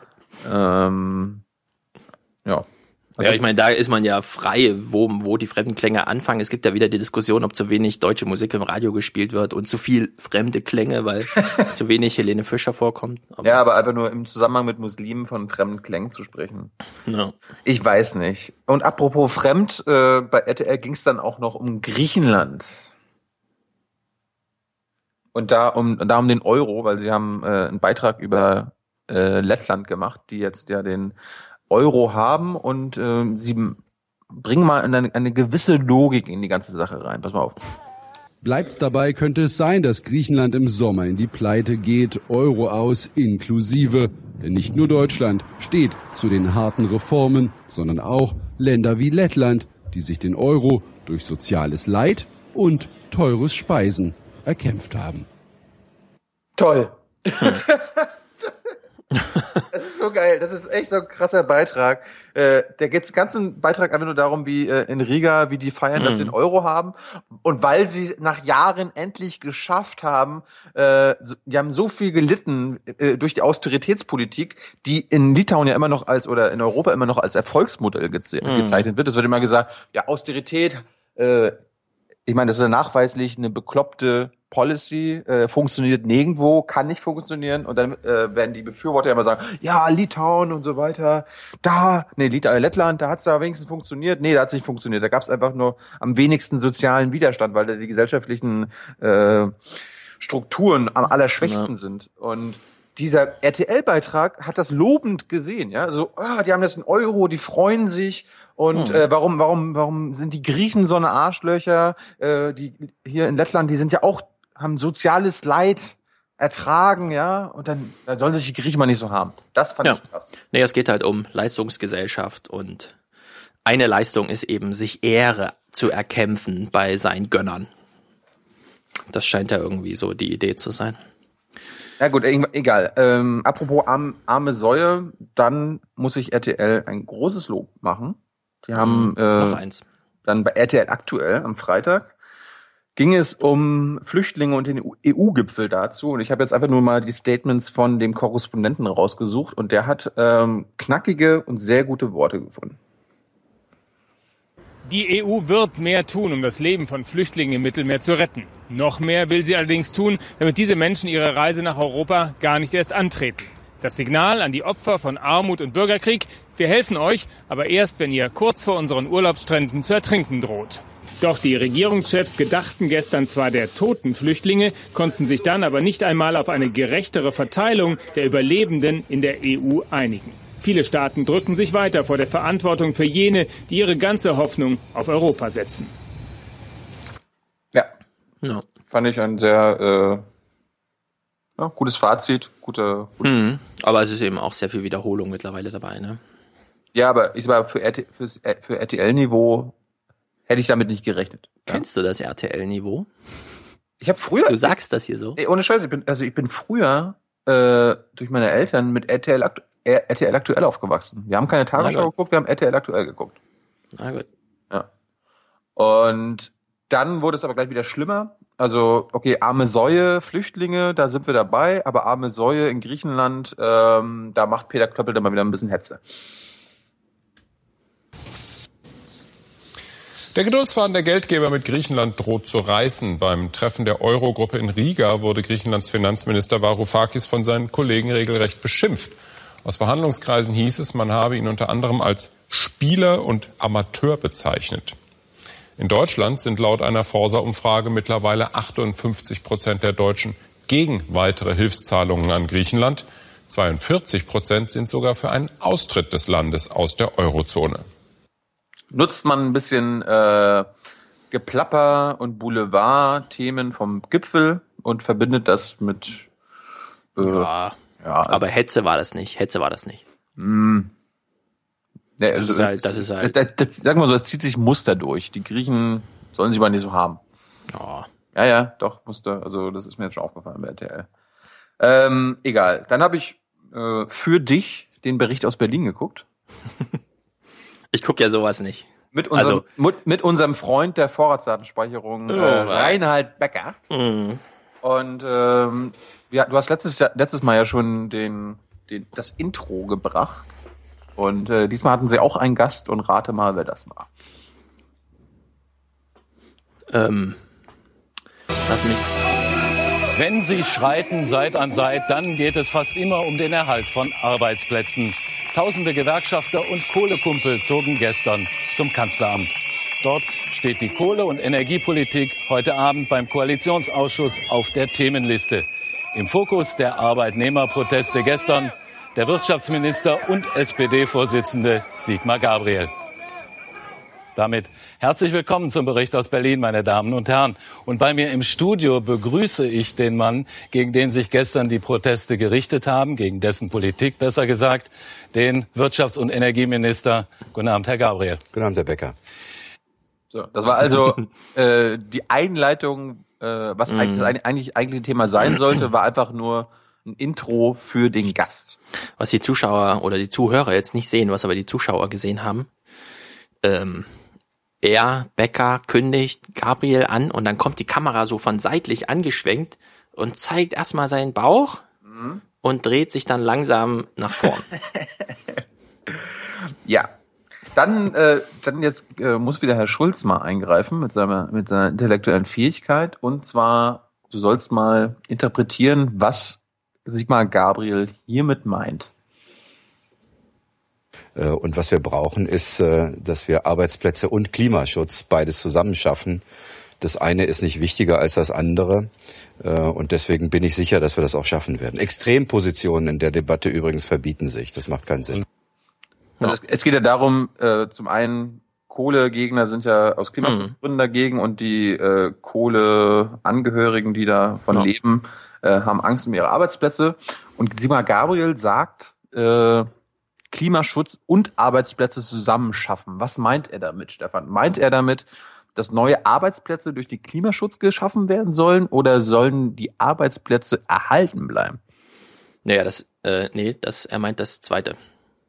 ähm, ja. Also ja, ich meine, da ist man ja frei, wo, wo die fremden Klänge anfangen. Es gibt ja wieder die Diskussion, ob zu wenig deutsche Musik im Radio gespielt wird und zu viel fremde Klänge, weil zu wenig Helene Fischer vorkommt. Aber ja, aber einfach nur im Zusammenhang mit Muslimen von fremden Klängen zu sprechen. Ja. Ich weiß nicht. Und apropos fremd, äh, bei R T L ging es dann auch noch um Griechenland. Und da um, da um den Euro, weil sie haben äh, einen Beitrag über äh, Lettland gemacht, die jetzt ja den Euro haben und äh, sie bringen mal eine, eine gewisse Logik in die ganze Sache rein. Pass mal auf. Bleibt's dabei, könnte es sein, dass Griechenland im Sommer in die Pleite geht, Euro aus inklusive. Denn nicht nur Deutschland steht zu den harten Reformen, sondern auch Länder wie Lettland, die sich den Euro durch soziales Leid und teures Speisen erkämpft haben. Toll. Das ist so geil. Das ist echt so ein krasser Beitrag. Äh, der geht den ganzen Beitrag einfach nur darum, wie äh, in Riga, wie die feiern, mhm. dass sie den Euro haben. Und weil sie nach Jahren endlich geschafft haben, äh, die haben so viel gelitten äh, durch die Austeritätspolitik, die in Litauen ja immer noch als, oder in Europa immer noch als Erfolgsmodell geze- mhm. gezeichnet wird. Es wird immer gesagt, ja, Austerität, äh, ich meine, das ist ja nachweislich eine bekloppte Policy, äh, funktioniert nirgendwo, kann nicht funktionieren. Und dann äh, werden die Befürworter immer sagen, ja, Litauen und so weiter, da, nee, Litauen, Lettland, da hat's da wenigstens funktioniert. Nee, da hat's nicht funktioniert. Da gab's einfach nur am wenigsten sozialen Widerstand, weil da die gesellschaftlichen äh, Strukturen am allerschwächsten ja. sind. Und dieser R T L-Beitrag hat das lobend gesehen, ja, so, ah, die haben jetzt einen Euro, die freuen sich und hm. äh, warum, warum, warum sind die Griechen so eine Arschlöcher? Äh, die hier in Lettland, die sind ja auch, haben soziales Leid ertragen, ja, und dann, dann sollen sich die Griechen mal nicht so haben. Das fand ja. ich krass. Nee, es geht halt um Leistungsgesellschaft und eine Leistung ist eben, sich Ehre zu erkämpfen bei seinen Gönnern. Das scheint ja irgendwie so die Idee zu sein. Ja gut, egal. Ähm, apropos arm, arme Säue, dann muss ich R T L ein großes Lob machen. Die haben mhm, äh, noch eins. Dann bei R T L aktuell am Freitag ging es um Flüchtlinge und den E U-Gipfel dazu. Und ich habe jetzt einfach nur mal die Statements von dem Korrespondenten rausgesucht. Und der hat ähm, knackige und sehr gute Worte gefunden. Die E U wird mehr tun, um das Leben von Flüchtlingen im Mittelmeer zu retten. Noch mehr will sie allerdings tun, damit diese Menschen ihre Reise nach Europa gar nicht erst antreten. Das Signal an die Opfer von Armut und Bürgerkrieg: Wir helfen euch, aber erst, wenn ihr kurz vor unseren Urlaubsstränden zu ertrinken droht. Doch die Regierungschefs gedachten gestern zwar der toten Flüchtlinge, konnten sich dann aber nicht einmal auf eine gerechtere Verteilung der Überlebenden in der E U einigen. Viele Staaten drücken sich weiter vor der Verantwortung für jene, die ihre ganze Hoffnung auf Europa setzen. Ja, ja. Fand ich ein sehr äh, ja, gutes Fazit. Gute, gute mhm. Aber es ist eben auch sehr viel Wiederholung mittlerweile dabei, ne? Ja, aber ich war für, R T, fürs, für R T L-Niveau hätte ich damit nicht gerechnet. Kennst ja. du das R T L-Niveau? Ich habe früher... Du sagst das hier so? Ey, ohne Scheiß, ich bin, also ich bin früher äh, durch meine Eltern mit R T L, aktu- R T L aktuell aufgewachsen. Wir haben keine Tagesschau geguckt, wir haben R T L aktuell geguckt. Na gut. Ja. Und dann wurde es aber gleich wieder schlimmer. Also, okay, arme Säue, Flüchtlinge, da sind wir dabei, aber arme Säue in Griechenland, ähm, da macht Peter Klöppel dann mal wieder ein bisschen Hetze. Der Geduldsfaden der Geldgeber mit Griechenland droht zu reißen. Beim Treffen der Eurogruppe in Riga wurde Griechenlands Finanzminister Varoufakis von seinen Kollegen regelrecht beschimpft. Aus Verhandlungskreisen hieß es, man habe ihn unter anderem als Spieler und Amateur bezeichnet. In Deutschland sind laut einer Forsa-Umfrage mittlerweile achtundfünfzig Prozent der Deutschen gegen weitere Hilfszahlungen an Griechenland. zweiundvierzig Prozent sind sogar für einen Austritt des Landes aus der Eurozone. Nutzt man ein bisschen äh, Geplapper und Boulevard-Themen vom Gipfel und verbindet das mit... Äh, ja, ja, aber Hetze war das nicht. Hetze war das nicht. Mh. Ja, das, also, ist halt, das ist halt... Das, das, das, sagen wir so, das zieht sich Muster durch. Die Griechen sollen sie mal nicht so haben. Oh. Ja, ja, doch, Muster. Also das ist mir jetzt schon aufgefallen bei R T L. Ähm, egal. Dann habe ich äh, für dich den Bericht aus Berlin geguckt. Ich gucke ja sowas nicht. Mit unserem, also, mit, mit unserem Freund der Vorratsdatenspeicherung, oh, äh, Reinhard Becker. Mhm. Und ähm, ja, du hast letztes Jahr, letztes Mal ja schon den, den das Intro gebracht. Und äh, diesmal hatten sie auch einen Gast und rate mal, wer das war. Ähm, lass mich. Wenn Sie schreiten Seit an Seit, dann geht es fast immer um den Erhalt von Arbeitsplätzen. Tausende Gewerkschafter und Kohlekumpel zogen gestern zum Kanzleramt. Dort steht die Kohle- und Energiepolitik heute Abend beim Koalitionsausschuss auf der Themenliste. Im Fokus der Arbeitnehmerproteste gestern der Wirtschaftsminister und S P D-Vorsitzende Sigmar Gabriel. Damit herzlich willkommen zum Bericht aus Berlin, meine Damen und Herren. Und bei mir im Studio begrüße ich den Mann, gegen den sich gestern die Proteste gerichtet haben, gegen dessen Politik besser gesagt, den Wirtschafts- und Energieminister. Guten Abend, Herr Gabriel. Guten Abend, Herr Becker. So, das war also äh, die Einleitung, äh, was mm. eigentlich das eigentlich eigentliche Thema sein sollte, war einfach nur ein Intro für den Gast. Was die Zuschauer oder die Zuhörer jetzt nicht sehen, was aber die Zuschauer gesehen haben, ähm, er, Becker, kündigt Gabriel an und dann kommt die Kamera so von seitlich angeschwenkt und zeigt erstmal seinen Bauch mhm. und dreht sich dann langsam nach vorn. Ja. Dann, äh, dann jetzt äh, muss wieder Herr Schulz mal eingreifen mit seiner, mit seiner intellektuellen Fähigkeit. Und zwar, du sollst mal interpretieren, was Sigmar Gabriel hiermit meint. Und was wir brauchen, ist, dass wir Arbeitsplätze und Klimaschutz beides zusammen schaffen. Das eine ist nicht wichtiger als das andere. Und deswegen bin ich sicher, dass wir das auch schaffen werden. Extrempositionen in der Debatte übrigens verbieten sich. Das macht keinen Sinn. Also es, es geht ja darum, äh, zum einen, Kohlegegner sind ja aus Klimaschutzgründen mhm. dagegen und die äh, Kohleangehörigen, die davon ja. leben, äh, haben Angst um ihre Arbeitsplätze. Und Sigmar Gabriel sagt, äh, Klimaschutz und Arbeitsplätze zusammen schaffen. Was meint er damit, Stefan? Meint er damit, dass neue Arbeitsplätze durch die Klimaschutz geschaffen werden sollen oder sollen die Arbeitsplätze erhalten bleiben? Naja, das, äh, nee, das, er meint das Zweite.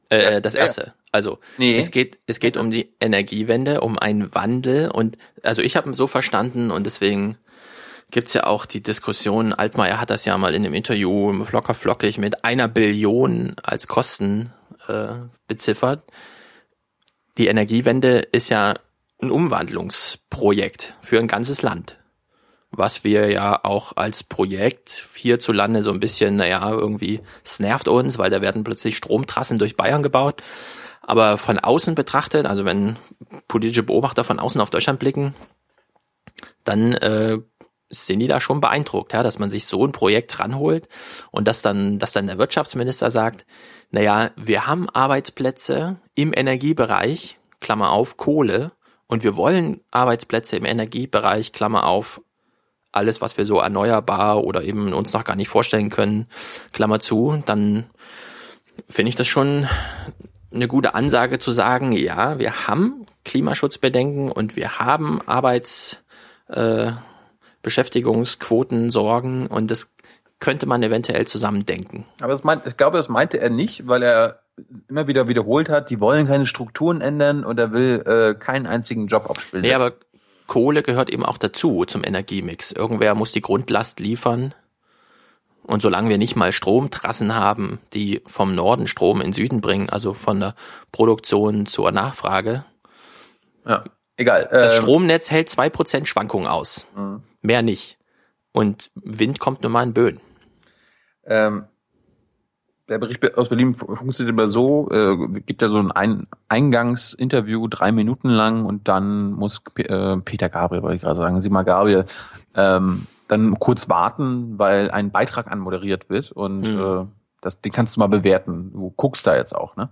Äh, das erste. Also nee. es geht es geht um die Energiewende, um einen Wandel und also ich habe ihn so verstanden und deswegen gibt's ja auch die Diskussion, Altmaier hat das ja mal in einem Interview locker flockig mit einer Billion als Kosten äh, beziffert. Die Energiewende ist ja ein Umwandlungsprojekt für ein ganzes Land, was wir ja auch als Projekt hierzulande so ein bisschen, naja, irgendwie, es nervt uns, weil da werden plötzlich Stromtrassen durch Bayern gebaut. Aber von außen betrachtet, also wenn politische Beobachter von außen auf Deutschland blicken, dann äh, sind die da schon beeindruckt, ja, dass man sich so ein Projekt ranholt und dass dann, dass dann der Wirtschaftsminister sagt, naja, wir haben Arbeitsplätze im Energiebereich, Klammer auf, Kohle, und wir wollen Arbeitsplätze im Energiebereich, Klammer auf, alles, was wir so erneuerbar oder eben uns noch gar nicht vorstellen können, Klammer zu, dann finde ich das schon eine gute Ansage zu sagen, ja, wir haben Klimaschutzbedenken und wir haben Arbeits, äh, Beschäftigungsquoten, Sorgen und das könnte man eventuell zusammen denken. Aber das meint, ich glaube, das meinte er nicht, weil er immer wieder wiederholt hat, die wollen keine Strukturen ändern und er will äh, keinen einzigen Job abspielen. Nee, aber Kohle gehört eben auch dazu zum Energiemix. Irgendwer muss die Grundlast liefern. Und solange wir nicht mal Stromtrassen haben, die vom Norden Strom in den Süden bringen, also von der Produktion zur Nachfrage. Ja, egal. Das ähm, Stromnetz hält zwei Prozent Schwankungen aus. Mhm. Mehr nicht. Und Wind kommt nur mal in Böen. Ähm, der Bericht aus Berlin funktioniert immer so, äh, gibt ja so ein, ein Eingangsinterview, drei Minuten lang und dann muss äh, Peter Gabriel, wollte ich gerade sagen, Sigmar Gabriel, ähm, dann kurz warten, weil ein Beitrag anmoderiert wird und mhm. äh, das, den kannst du mal bewerten. Du guckst da jetzt auch, ne?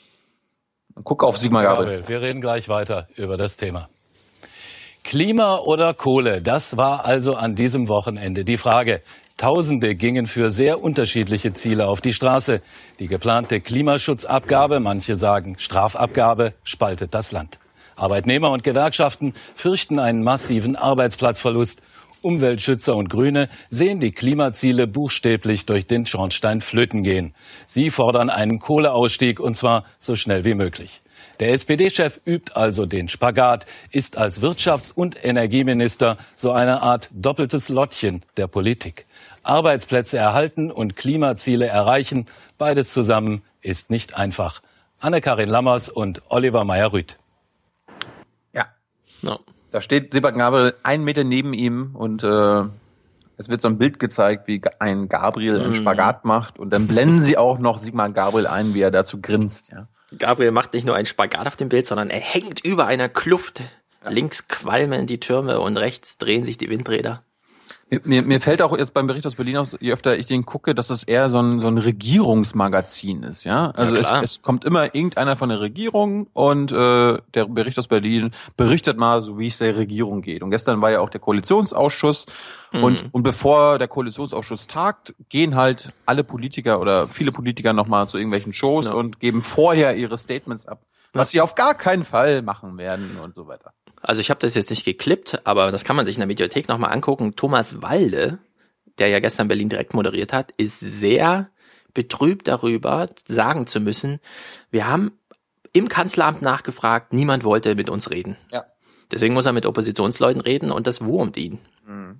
Guck auf Sigmar Gabriel. Wir reden gleich weiter über das Thema. Klima oder Kohle, das war also an diesem Wochenende die Frage. Tausende gingen für sehr unterschiedliche Ziele auf die Straße. Die geplante Klimaschutzabgabe, manche sagen Strafabgabe, spaltet das Land. Arbeitnehmer und Gewerkschaften fürchten einen massiven Arbeitsplatzverlust. Umweltschützer und Grüne sehen die Klimaziele buchstäblich durch den Schornstein flöten gehen. Sie fordern einen Kohleausstieg und zwar so schnell wie möglich. Der S P D-Chef übt also den Spagat, ist als Wirtschafts- und Energieminister so eine Art doppeltes Lottchen der Politik. Arbeitsplätze erhalten und Klimaziele erreichen, beides zusammen ist nicht einfach. Anne-Karin Lammers und Oliver Meyer-Rüth. Ja, no. Da steht Sigmar Gabriel einen Meter neben ihm und äh, es wird so ein Bild gezeigt, wie ein Gabriel einen Spagat macht und dann blenden sie auch noch Sigmar Gabriel ein, wie er dazu grinst, ja. Gabriel macht nicht nur einen Spagat auf dem Bild, sondern er hängt über einer Kluft. Ja. Links qualmen die Türme und rechts drehen sich die Windräder. Mir, mir, mir fällt auch jetzt beim Bericht aus Berlin aus, je öfter ich den gucke, dass es eher so ein, so ein Regierungsmagazin ist, ja. Also ja, es, es kommt immer irgendeiner von der Regierung und äh, der Bericht aus Berlin berichtet mal, so wie es der Regierung geht. Und gestern war ja auch der Koalitionsausschuss. Mhm. Und, und bevor der Koalitionsausschuss tagt, gehen halt alle Politiker oder viele Politiker nochmal zu irgendwelchen Shows ja. und geben vorher ihre Statements ab, was sie auf gar keinen Fall machen werden und so weiter. Also ich habe das jetzt nicht geklippt, aber das kann man sich in der Mediathek nochmal angucken. Thomas Walde, der ja gestern Berlin direkt moderiert hat, ist sehr betrübt darüber, sagen zu müssen, wir haben im Kanzleramt nachgefragt, niemand wollte mit uns reden. Ja. Deswegen muss er mit Oppositionsleuten reden und das wurmt ihn. Mhm.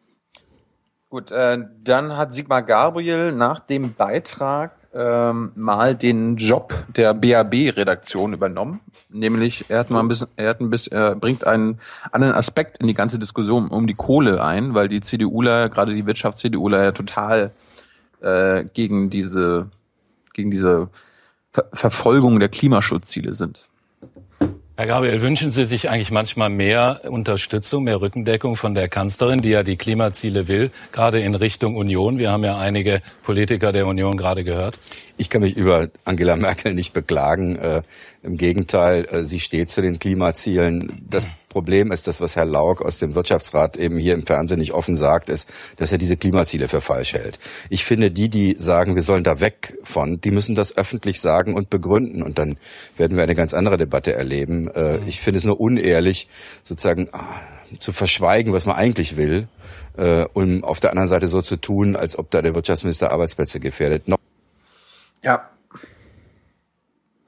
Gut, äh, dann hat Sigmar Gabriel nach dem Beitrag ähm, mal den Job der B A B-Redaktion übernommen. Nämlich, er hat mal ein bisschen, er hat ein bisschen, er bringt einen anderen Aspekt in die ganze Diskussion um die Kohle ein, weil die CDUler, gerade die Wirtschafts-CDUler, ja total äh, gegen diese, gegen diese Ver- Verfolgung der Klimaschutzziele sind. Herr Gabriel, wünschen Sie sich eigentlich manchmal mehr Unterstützung, mehr Rückendeckung von der Kanzlerin, die ja die Klimaziele will, gerade in Richtung Union? Wir haben ja einige Politiker der Union gerade gehört. Ich kann mich über Angela Merkel nicht beklagen. Äh, Im Gegenteil, äh, sie steht zu den Klimazielen. Das Problem ist, das, was Herr Lauck aus dem Wirtschaftsrat eben hier im Fernsehen nicht offen sagt, ist, dass er diese Klimaziele für falsch hält. Ich finde, die, die sagen, wir sollen da weg von, die müssen das öffentlich sagen und begründen. Und dann werden wir eine ganz andere Debatte erleben. Äh, ich finde es nur unehrlich, sozusagen ah, zu verschweigen, was man eigentlich will, äh, um auf der anderen Seite so zu tun, als ob da der Wirtschaftsminister Arbeitsplätze gefährdet. No- Ja.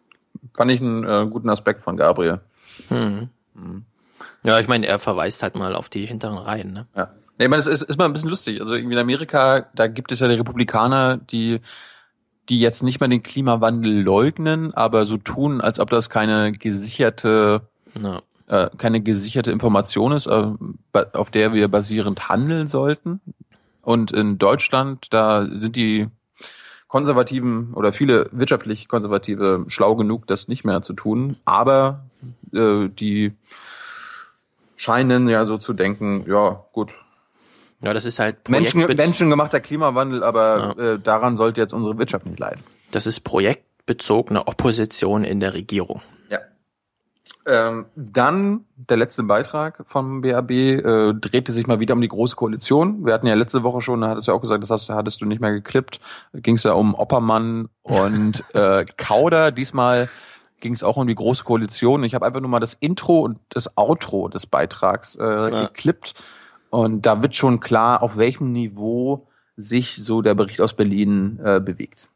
fand ich einen äh, guten Aspekt von Gabriel. Hm. Hm. Ja, ich meine, er verweist halt mal auf die hinteren Reihen, ne? Ja. Nee, ich meine, das ist, ist mal ein bisschen lustig. Also irgendwie in Amerika, da gibt es ja die Republikaner, die die jetzt nicht mehr den Klimawandel leugnen, aber so tun, als ob das keine gesicherte no. äh, keine gesicherte Information ist, äh, auf der wir basierend handeln sollten. Und in Deutschland, da sind die Konservativen oder viele wirtschaftlich Konservative schlau genug, das nicht mehr zu tun. Aber äh, die scheinen ja so zu denken, ja gut. Ja, das ist halt Menschen, menschengemachter Klimawandel, aber ja. äh, daran sollte jetzt unsere Wirtschaft nicht leiden. Das ist projektbezogene Opposition in der Regierung. Ja. Ähm, dann der letzte Beitrag vom B A B äh, drehte sich mal wieder um die Große Koalition. Wir hatten ja letzte Woche schon, da hattest du ja auch gesagt, das hast, hattest du nicht mehr geklippt. Da ging es ja um Oppermann und äh, Kauder. Diesmal ging es auch um die Große Koalition. Ich habe einfach nur mal das Intro und das Outro des Beitrags äh, ja. geklippt. Und da wird schon klar, auf welchem Niveau sich so der Bericht aus Berlin äh, bewegt.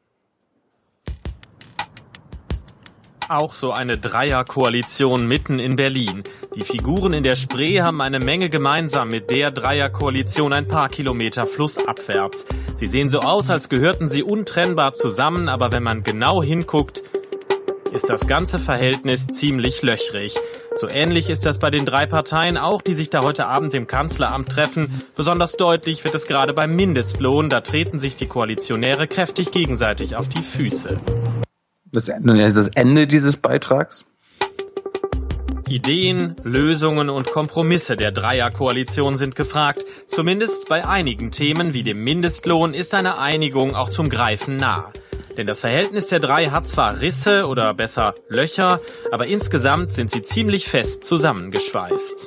Auch so eine Dreierkoalition mitten in Berlin. Die Figuren in der Spree haben eine Menge gemeinsam mit der Dreierkoalition ein paar Kilometer flussabwärts. Sie sehen so aus, als gehörten sie untrennbar zusammen, aber wenn man genau hinguckt, ist das ganze Verhältnis ziemlich löchrig. So ähnlich ist das bei den drei Parteien auch, die sich da heute Abend im Kanzleramt treffen. Besonders deutlich wird es gerade beim Mindestlohn. Da treten sich die Koalitionäre kräftig gegenseitig auf die Füße. Das ist das Ende dieses Beitrags. Ideen, Lösungen und Kompromisse der Dreierkoalition sind gefragt. Zumindest bei einigen Themen wie dem Mindestlohn ist eine Einigung auch zum Greifen nah. Denn das Verhältnis der drei hat zwar Risse oder besser Löcher, aber insgesamt sind sie ziemlich fest zusammengeschweißt.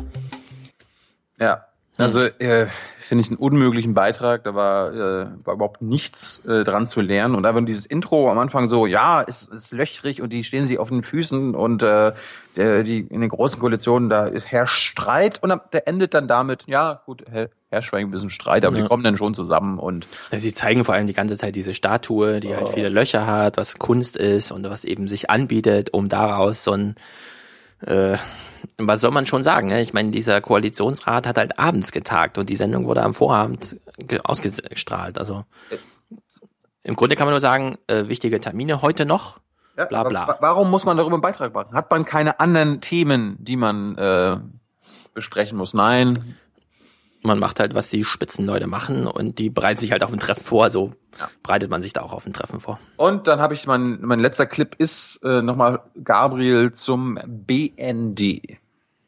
Ja, also äh, finde ich einen unmöglichen Beitrag. Da war, äh, war überhaupt nichts äh, dran zu lernen. Und einfach dieses Intro am Anfang so, ja, es ist löchrig und die stehen sich auf den Füßen und äh, der, die in den großen Koalitionen, da ist herrscht Streit und der endet dann damit, ja gut, herrscht ein bisschen Streit, aber ja. die kommen dann schon zusammen und ja, sie zeigen vor allem die ganze Zeit diese Statue, die oh. halt viele Löcher hat, was Kunst ist und was eben sich anbietet, um daraus so ein äh, was soll man schon sagen, ne? Ich meine, dieser Koalitionsrat hat halt abends getagt und die Sendung wurde am Vorabend ausgestrahlt. Also im Grunde kann man nur sagen, äh, wichtige Termine heute noch. Ja, bla bla. Warum muss man darüber einen Beitrag machen? Hat man keine anderen Themen, die man äh, besprechen muss? Nein. Man macht halt, was die Spitzenleute machen und die bereiten sich halt auf ein Treffen vor. So ja. bereitet man sich da auch auf ein Treffen vor. Und dann habe ich, mein mein letzter Clip ist äh, nochmal Gabriel zum B N D.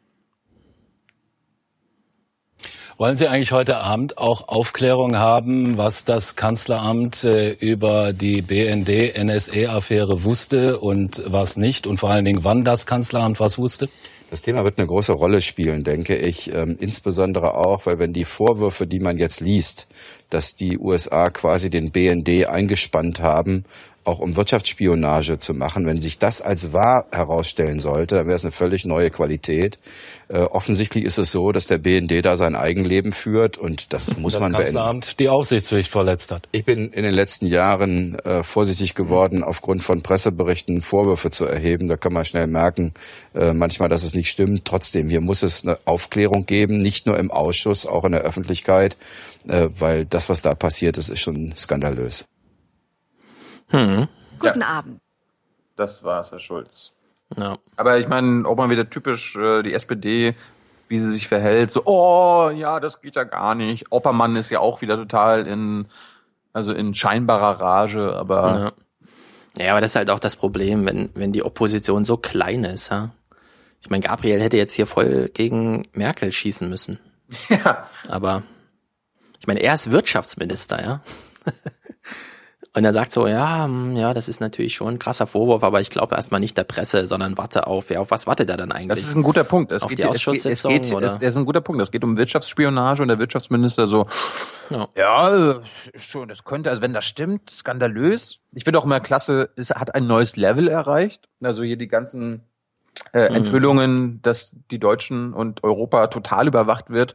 Wollen Sie eigentlich heute Abend auch Aufklärung haben, was das Kanzleramt äh, über die B N D-N S A-Affäre wusste und was nicht? Und vor allen Dingen, wann das Kanzleramt was wusste? Das Thema wird eine große Rolle spielen, denke ich. Ähm, insbesondere auch, weil wenn die Vorwürfe, die man jetzt liest, dass die U S A quasi den B N D eingespannt haben, auch um Wirtschaftsspionage zu machen, wenn sich das als wahr herausstellen sollte, dann wäre es eine völlig neue Qualität. Äh, offensichtlich ist es so, dass der B N D da sein Eigenleben führt und das muss das man beenden. Das Kanzleramt die Aufsichtspflicht verletzt hat. Ich bin in den letzten Jahren äh, vorsichtig geworden, aufgrund von Presseberichten Vorwürfe zu erheben. Da kann man schnell merken, äh, manchmal, dass es nicht stimmt. Trotzdem, hier muss es eine Aufklärung geben, nicht nur im Ausschuss, auch in der Öffentlichkeit, äh, weil das, was da passiert ist, ist schon skandalös. Hm. Guten ja. Abend. Das war's, Herr Schulz. Ja. Aber ich meine, auch mal wieder typisch äh, die S P D, wie sie sich verhält. So, oh, ja, das geht ja gar nicht. Oppermann ist ja auch wieder total in, also in scheinbarer Rage, aber... Ja, ja aber das ist halt auch das Problem, wenn wenn die Opposition so klein ist. Ja? Ich meine, Gabriel hätte jetzt hier voll gegen Merkel schießen müssen. Ja. Aber ich meine, er ist Wirtschaftsminister, ja. Und er sagt so, ja, ja, das ist natürlich schon ein krasser Vorwurf, aber ich glaube erstmal nicht der Presse, sondern warte auf, ja, auf was wartet er dann eigentlich? Das ist ein guter Punkt. Es auf geht, die Ausschusssitzung, es geht, oder? Es, es ist ein guter Punkt. Es geht um Wirtschaftsspionage und der Wirtschaftsminister so, ja, ja schon, das könnte, also wenn das stimmt, skandalös. Ich finde auch immer klasse, es hat ein neues Level erreicht. Also hier die ganzen äh, Enthüllungen, dass die Deutschen und Europa total überwacht wird.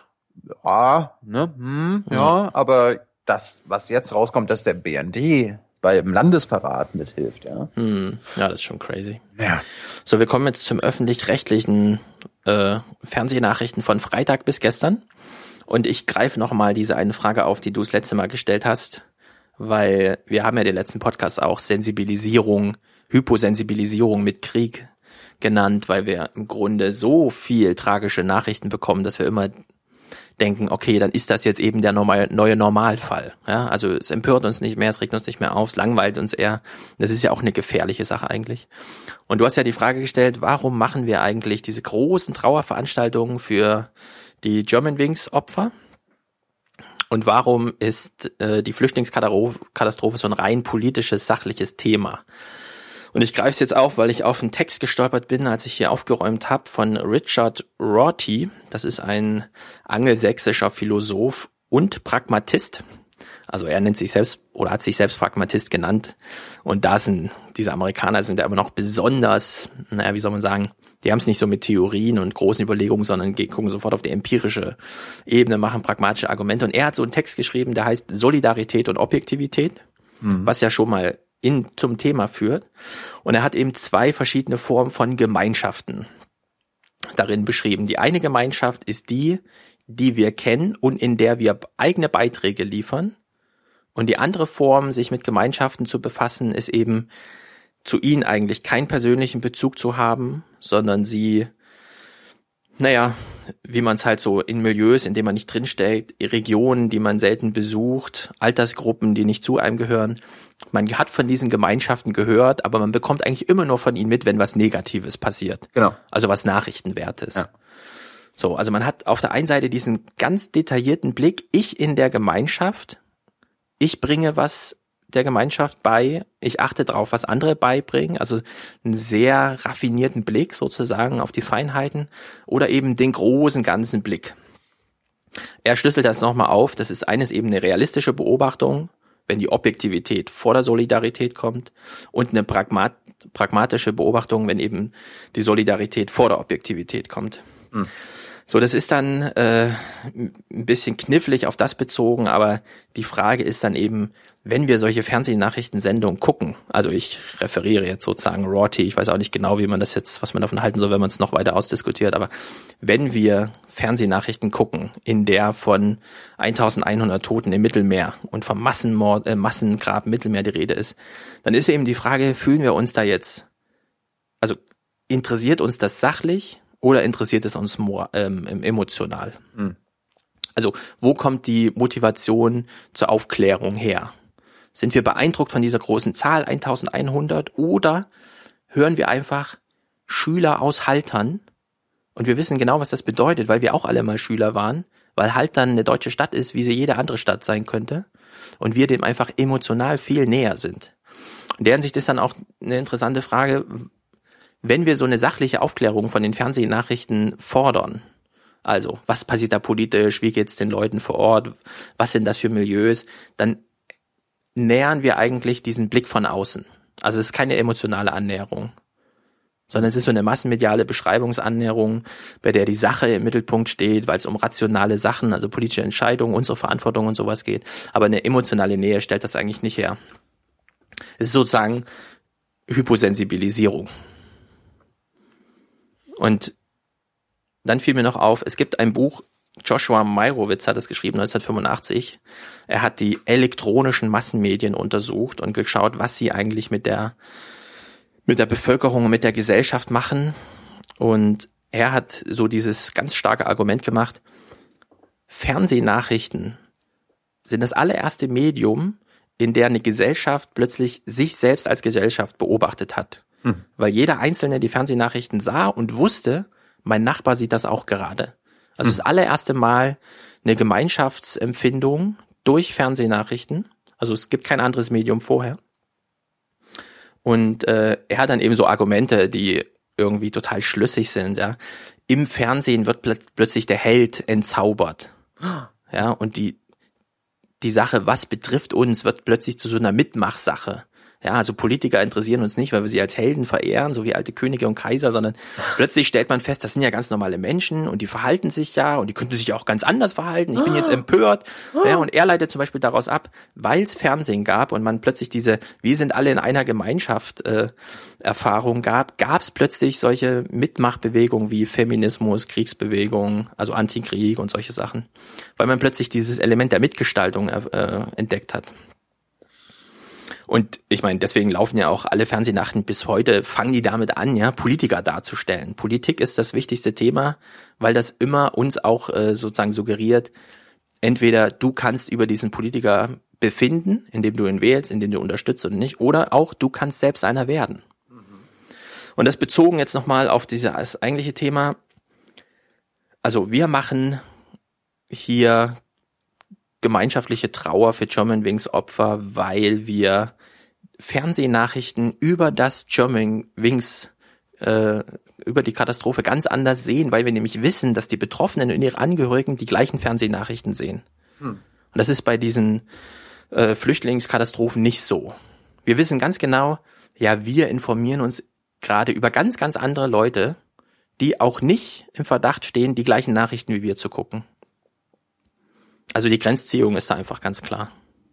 Ja, ne, hm, ja, ja, aber das, was jetzt rauskommt, dass der B N D beim Landesverrat mithilft, ja. Hm, ja, das ist schon crazy. Ja. So, wir kommen jetzt zum öffentlich-rechtlichen äh, Fernsehnachrichten von Freitag bis gestern. Und ich greife nochmal diese eine Frage auf, die du das letzte Mal gestellt hast, weil wir haben ja den letzten Podcast auch Sensibilisierung, Hyposensibilisierung mit Krieg genannt, weil wir im Grunde so viel tragische Nachrichten bekommen, dass wir immer denken, okay, dann ist das jetzt eben der normal, neue Normalfall. Ja, also es empört uns nicht mehr, es regt uns nicht mehr auf, es langweilt uns eher. Das ist ja auch eine gefährliche Sache eigentlich. Und du hast ja die Frage gestellt, warum machen wir eigentlich diese großen Trauerveranstaltungen für die Germanwings-Opfer? Und warum ist äh, die Flüchtlingskatastrophe so ein rein politisches, sachliches Thema? Und ich greife es jetzt auf, weil ich auf einen Text gestolpert bin, als ich hier aufgeräumt habe, von Richard Rorty. Das ist ein angelsächsischer Philosoph und Pragmatist. Also er nennt sich selbst oder hat sich selbst Pragmatist genannt. Und da sind diese Amerikaner sind ja immer noch besonders, naja, wie soll man sagen, die haben es nicht so mit Theorien und großen Überlegungen, sondern gucken sofort auf die empirische Ebene, machen pragmatische Argumente. Und er hat so einen Text geschrieben, der heißt Solidarität und Objektivität, mhm. was ja schon mal in zum Thema führt. Und er hat eben zwei verschiedene Formen von Gemeinschaften darin beschrieben. Die eine Gemeinschaft ist die, die wir kennen und in der wir eigene Beiträge liefern. Und die andere Form, sich mit Gemeinschaften zu befassen, ist eben zu ihnen eigentlich keinen persönlichen Bezug zu haben, sondern sie, naja, wie man es halt so in Milieus, in denen man nicht drinsteckt, Regionen, die man selten besucht, Altersgruppen, die nicht zu einem gehören. Man hat von diesen Gemeinschaften gehört, aber man bekommt eigentlich immer nur von ihnen mit, wenn was Negatives passiert. Genau. Also was Nachrichtenwertes. Ja. So, also man hat auf der einen Seite diesen ganz detaillierten Blick, ich in der Gemeinschaft, ich bringe was der Gemeinschaft bei, ich achte drauf, was andere beibringen, also einen sehr raffinierten Blick sozusagen auf die Feinheiten oder eben den großen ganzen Blick. Er schlüsselt das nochmal auf, das ist eines eben eine realistische Beobachtung, wenn die Objektivität vor der Solidarität kommt und eine Pragmat- pragmatische Beobachtung, wenn eben die Solidarität vor der Objektivität kommt. Hm. So, das ist dann äh, ein bisschen knifflig auf das bezogen, aber die Frage ist dann eben, wenn wir solche Fernsehnachrichtensendungen gucken, also ich referiere jetzt sozusagen Rorty, ich weiß auch nicht genau, wie man das jetzt, was man davon halten soll, wenn man es noch weiter ausdiskutiert, aber wenn wir Fernsehnachrichten gucken, in der von eintausendeinhundert Toten im Mittelmeer und vom Massenmord, äh, Massengrab im Mittelmeer die Rede ist, dann ist eben die Frage, fühlen wir uns da jetzt, also interessiert uns das sachlich? Oder interessiert es uns more, ähm, emotional? Mhm. Also wo kommt die Motivation zur Aufklärung her? Sind wir beeindruckt von dieser großen Zahl, eintausendeinhundert? Oder hören wir einfach Schüler aus Haltern? Und wir wissen genau, was das bedeutet, weil wir auch alle mal Schüler waren, weil Haltern eine deutsche Stadt ist, wie sie jede andere Stadt sein könnte. Und wir dem einfach emotional viel näher sind. In der Hinsicht ist dann auch eine interessante Frage, wenn wir so eine sachliche Aufklärung von den Fernsehnachrichten fordern, also was passiert da politisch, wie geht's den Leuten vor Ort, was sind das für Milieus, dann nähern wir eigentlich diesen Blick von außen. Also es ist keine emotionale Annäherung, sondern es ist so eine massenmediale Beschreibungsannäherung, bei der die Sache im Mittelpunkt steht, weil es um rationale Sachen, also politische Entscheidungen, unsere Verantwortung und sowas geht. Aber eine emotionale Nähe stellt das eigentlich nicht her. Es ist sozusagen Hyposensibilisierung. Und dann fiel mir noch auf, es gibt ein Buch, Joshua Meyrowitz hat es geschrieben, neunzehnhundertfünfundachtzig. Er hat die elektronischen Massenmedien untersucht und geschaut, was sie eigentlich mit der, mit der Bevölkerung und mit der Gesellschaft machen. Und er hat so dieses ganz starke Argument gemacht, Fernsehnachrichten sind das allererste Medium, in der eine Gesellschaft plötzlich sich selbst als Gesellschaft beobachtet hat. Hm. Weil jeder Einzelne die Fernsehnachrichten sah und wusste, mein Nachbar sieht das auch gerade. Also hm. das allererste Mal eine Gemeinschaftsempfindung durch Fernsehnachrichten. Also es gibt kein anderes Medium vorher. Und äh, er hat dann eben so Argumente, die irgendwie total schlüssig sind. Ja, im Fernsehen wird pl- plötzlich der Held entzaubert. Ja, und die die Sache, was betrifft uns, wird plötzlich zu so einer Mitmachsache. Ja, also Politiker interessieren uns nicht, weil wir sie als Helden verehren, so wie alte Könige und Kaiser, sondern plötzlich stellt man fest, das sind ja ganz normale Menschen und die verhalten sich ja und die könnten sich auch ganz anders verhalten. Ich bin jetzt empört. Ja, und er leitet zum Beispiel daraus ab, weil es Fernsehen gab und man plötzlich diese wir sind alle in einer Gemeinschaft äh, Erfahrung gab, gab es plötzlich solche Mitmachbewegungen wie Feminismus, Kriegsbewegung, also Antikrieg und solche Sachen, weil man plötzlich dieses Element der Mitgestaltung äh, entdeckt hat. Und ich meine, deswegen laufen ja auch alle Fernsehnachrichten bis heute, fangen die damit an, ja, Politiker darzustellen. Politik ist das wichtigste Thema, weil das immer uns auch äh, sozusagen suggeriert, entweder du kannst über diesen Politiker befinden, indem du ihn wählst, indem du unterstützt und nicht, oder auch du kannst selbst einer werden. Und das bezogen jetzt nochmal auf dieses eigentliche Thema. Also wir machen hier gemeinschaftliche Trauer für Germanwings Opfer, weil wir Fernsehnachrichten über das Germanwings, äh, über die Katastrophe ganz anders sehen, weil wir nämlich wissen, dass die Betroffenen und ihre Angehörigen die gleichen Fernsehnachrichten sehen. Hm. Und das ist bei diesen äh, Flüchtlingskatastrophen nicht so. Wir wissen ganz genau, ja, wir informieren uns gerade über ganz, ganz andere Leute, die auch nicht im Verdacht stehen, die gleichen Nachrichten wie wir zu gucken. Also die Grenzziehung ist da einfach ganz klar.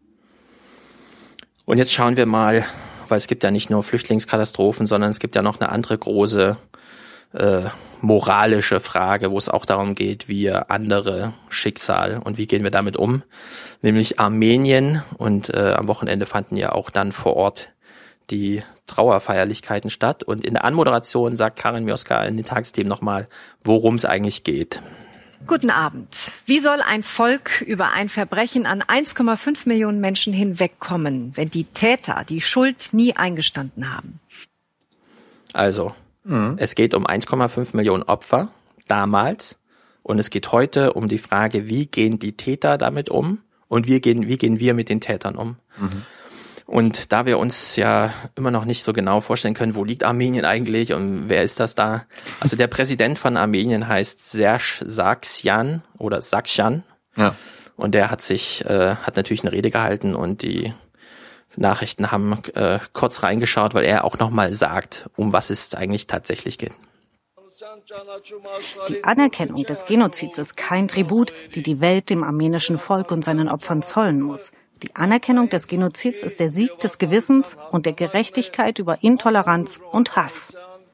Und jetzt schauen wir mal, weil es gibt ja nicht nur Flüchtlingskatastrophen, sondern es gibt ja noch eine andere große äh, moralische Frage, wo es auch darum geht, wie andere Schicksal und wie gehen wir damit um, nämlich Armenien. Und äh, am Wochenende fanden ja auch dann vor Ort die Trauerfeierlichkeiten statt. Und in der Anmoderation sagt Karin Mioska in den Tagesthemen nochmal, worum es eigentlich geht. Guten Abend. Wie soll ein Volk über ein Verbrechen an eins Komma fünf Millionen Menschen hinwegkommen, wenn die Täter die Schuld nie eingestanden haben? Also, mhm. es geht um eins Komma fünf Millionen Opfer damals und es geht heute um die Frage, wie gehen die Täter damit um und wie gehen, wie gehen wir mit den Tätern um? Mhm. Und da wir uns ja immer noch nicht so genau vorstellen können, wo liegt Armenien eigentlich und wer ist das da? Also der Präsident von Armenien heißt Serge Sargsyan oder Sargsyan. Ja. Und der hat sich, äh, hat natürlich eine Rede gehalten und die Nachrichten haben äh, kurz reingeschaut, weil er auch nochmal sagt, um was es eigentlich tatsächlich geht. Die Anerkennung des Genozids ist kein Tribut, die die Welt dem armenischen Volk und seinen Opfern zollen muss. Die Anerkennung des Genozids ist der Sieg des Gewissens und der Gerechtigkeit über Intoleranz und Hass.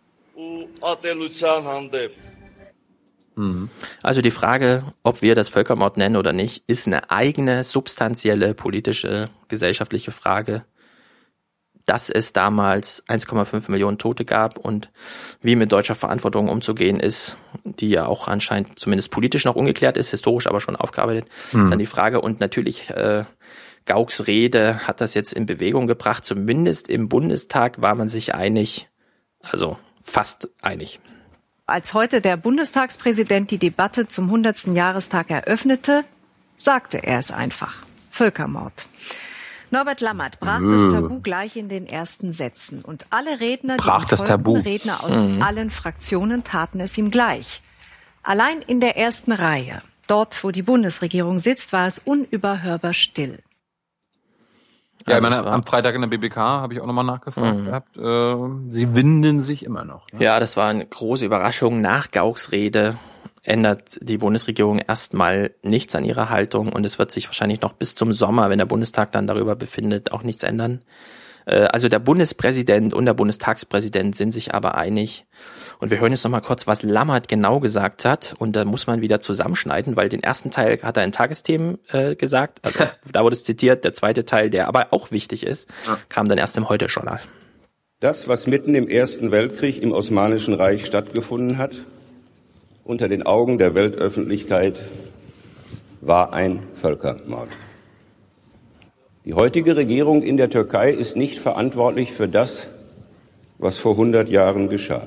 Also die Frage, ob wir das Völkermord nennen oder nicht, ist eine eigene, substanzielle, politische, gesellschaftliche Frage. Dass es damals eins Komma fünf Millionen Tote gab und wie mit deutscher Verantwortung umzugehen ist, die ja auch anscheinend zumindest politisch noch ungeklärt ist, historisch aber schon aufgearbeitet, hm. ist dann die Frage. Und natürlich äh, Gauks Rede hat das jetzt in Bewegung gebracht. Zumindest im Bundestag war man sich einig, also fast einig. Als heute der Bundestagspräsident die Debatte zum hundertsten Jahrestag eröffnete, sagte er es einfach. Völkermord. Norbert Lammert brach mhm. das Tabu gleich in den ersten Sätzen. Und alle Redner, brach die Tabu. Redner aus mhm. allen Fraktionen taten es ihm gleich. Allein in der ersten Reihe, dort wo die Bundesregierung sitzt, war es unüberhörbar still. Ja, Also ich es meine, war- am Freitag in der B B K habe ich auch nochmal nachgefragt Mhm. gehabt. Äh, sie winden sich immer noch. Ne? Ja, das war eine große Überraschung. Nach Gauks Rede ändert die Bundesregierung erstmal nichts an ihrer Haltung und es wird sich wahrscheinlich noch bis zum Sommer, wenn der Bundestag dann darüber befindet, auch nichts ändern. Äh, Also der Bundespräsident und der Bundestagspräsident sind sich aber einig. Und wir hören jetzt noch mal kurz, was Lammert genau gesagt hat. Und da muss man wieder zusammenschneiden, weil den ersten Teil hat er in Tagesthemen äh, gesagt. Also da wurde es zitiert. Der zweite Teil, der aber auch wichtig ist, kam dann erst im Heute-Journal. Das, was mitten im Ersten Weltkrieg im Osmanischen Reich stattgefunden hat, unter den Augen der Weltöffentlichkeit, war ein Völkermord. Die heutige Regierung in der Türkei ist nicht verantwortlich für das, was vor hundert Jahren geschah.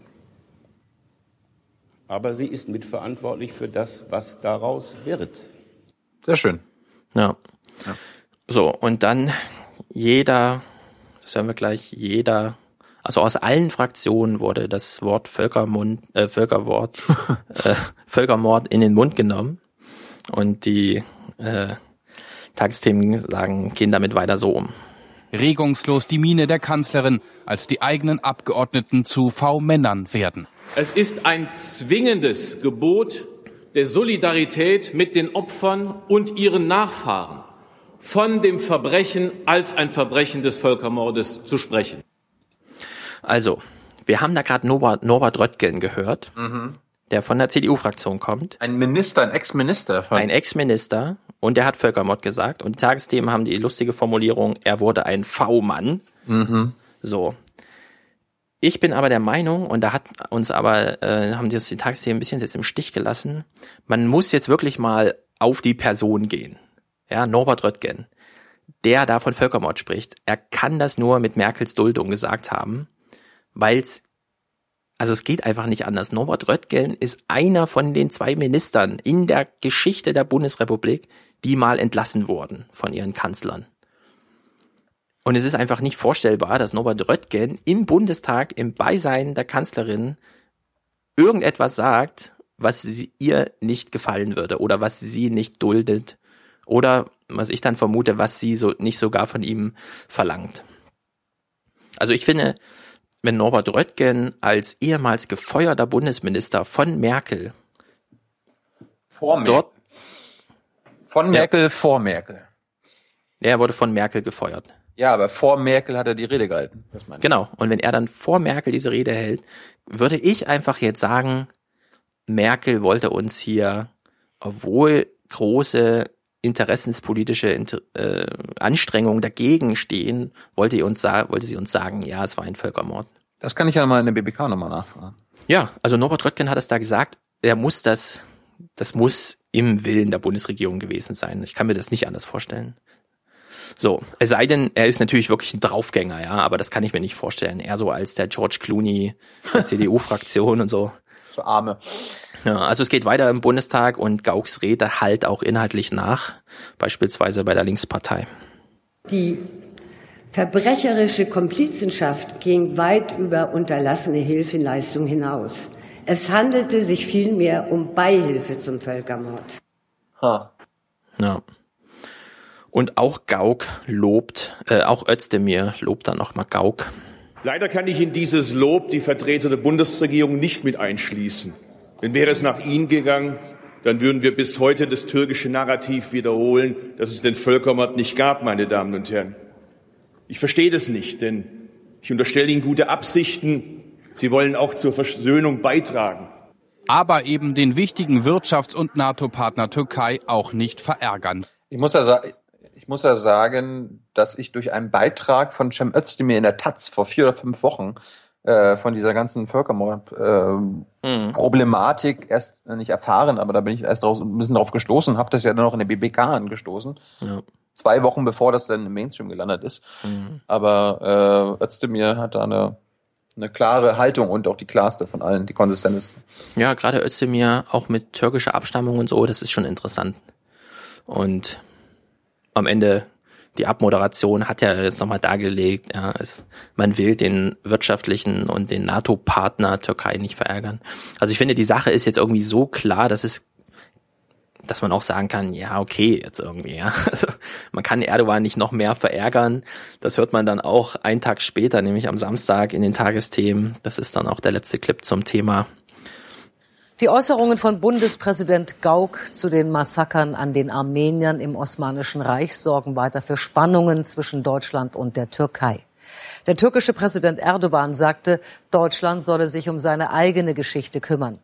Aber sie ist mitverantwortlich für das, was daraus wird. Sehr schön. Ja. So, und dann jeder, das hören wir gleich, jeder, also aus allen Fraktionen wurde das Wort Völkermund, äh, Völkerwort, äh, Völkermord in den Mund genommen. Und die äh, Tagesthemen sagen, gehen damit weiter so um. regungslos die Miene der Kanzlerin, als die eigenen Abgeordneten zu V-Männern werden. Es ist ein zwingendes Gebot der Solidarität mit den Opfern und ihren Nachfahren, von dem Verbrechen als ein Verbrechen des Völkermordes zu sprechen. Also, wir haben da gerade Norbert, Norbert Röttgen gehört, mhm. der von der C D U-Fraktion kommt. Ein Minister, ein Ex-Minister. Ein Ex-Minister. Und der hat Völkermord gesagt. Und die Tagesthemen haben die lustige Formulierung, er wurde ein V-Mann. Mhm. So. Ich bin aber der Meinung, und da hat uns aber, äh, haben die, die Tagesthemen ein bisschen jetzt im Stich gelassen, man muss jetzt wirklich mal auf die Person gehen. Ja, Norbert Röttgen, der da von Völkermord spricht, er kann das nur mit Merkels Duldung gesagt haben, weil's, also es geht einfach nicht anders. Norbert Röttgen ist einer von den zwei Ministern in der Geschichte der Bundesrepublik, die mal entlassen wurden von ihren Kanzlern. Und es ist einfach nicht vorstellbar, dass Norbert Röttgen im Bundestag im Beisein der Kanzlerin irgendetwas sagt, was sie, ihr nicht gefallen würde oder was sie nicht duldet oder, was ich dann vermute, was sie so nicht sogar von ihm verlangt. Also ich finde, wenn Norbert Röttgen als ehemals gefeuerter Bundesminister von Merkel vor Merkel. Dort, von Merkel ja. vor Merkel. Er wurde von Merkel gefeuert. Ja, aber vor Merkel hat er die Rede gehalten. Das meine ich. Genau. Und wenn er dann vor Merkel diese Rede hält, würde ich einfach jetzt sagen, Merkel wollte uns hier, obwohl große interessenspolitische äh, Anstrengungen dagegen stehen, wollte, ihr uns sa- wollte sie uns sagen, ja, es war ein Völkermord. Das kann ich ja mal in der B B K nochmal nachfragen. Ja, also Norbert Röttgen hat es da gesagt, er muss das, das muss im Willen der Bundesregierung gewesen sein. Ich kann mir das nicht anders vorstellen. So, es sei denn, er ist natürlich wirklich ein Draufgänger, ja, aber das kann ich mir nicht vorstellen. Er so als der George Clooney der C D U-Fraktion und so. So Arme. Ja, also es geht weiter im Bundestag und Gauks Rede halt auch inhaltlich nach, beispielsweise bei der Linkspartei. Die verbrecherische Komplizenschaft ging weit über unterlassene Hilfeleistung hinaus. Es handelte sich vielmehr um Beihilfe zum Völkermord. Ha. Ja. Und auch Gauck lobt, äh, auch Özdemir lobt dann nochmal Gauck. Leider kann ich in dieses Lob die Vertreter der Bundesregierung nicht mit einschließen. Denn wäre es nach Ihnen gegangen, dann würden wir bis heute das türkische Narrativ wiederholen, dass es den Völkermord nicht gab, meine Damen und Herren. Ich verstehe das nicht, denn ich unterstelle Ihnen gute Absichten. Sie wollen auch zur Versöhnung beitragen. Aber eben den wichtigen Wirtschafts- und NATO-Partner Türkei auch nicht verärgern. Ich muss ja sagen, Ich muss ja sagen, dass ich durch einen Beitrag von Cem Özdemir in der Taz vor vier oder fünf Wochen äh, von dieser ganzen Völkermord-Problematik äh, mhm. erst äh, nicht erfahren, aber da bin ich erst draus, ein bisschen drauf gestoßen, habe das ja dann auch in der B B K angestoßen. Ja. Zwei Wochen bevor das dann im Mainstream gelandet ist. Mhm. Aber äh, Özdemir hat da eine, eine klare Haltung und auch die klarste von allen, die konsistenteste. Ja, gerade Özdemir, auch mit türkischer Abstammung und so, das ist schon interessant. Und am Ende, die Abmoderation hat ja jetzt nochmal dargelegt, ja, es, man will den wirtschaftlichen und den NATO-Partner Türkei nicht verärgern. Also ich finde, die Sache ist jetzt irgendwie so klar, dass es, dass man auch sagen kann, ja, okay, jetzt irgendwie, ja. Also man kann Erdogan nicht noch mehr verärgern. Das hört man dann auch einen Tag später, nämlich am Samstag in den Tagesthemen. Das ist dann auch der letzte Clip zum Thema. Die Äußerungen von Bundespräsident Gauck zu den Massakern an den Armeniern im Osmanischen Reich sorgen weiter für Spannungen zwischen Deutschland und der Türkei. Der türkische Präsident Erdogan sagte, Deutschland solle sich um seine eigene Geschichte kümmern.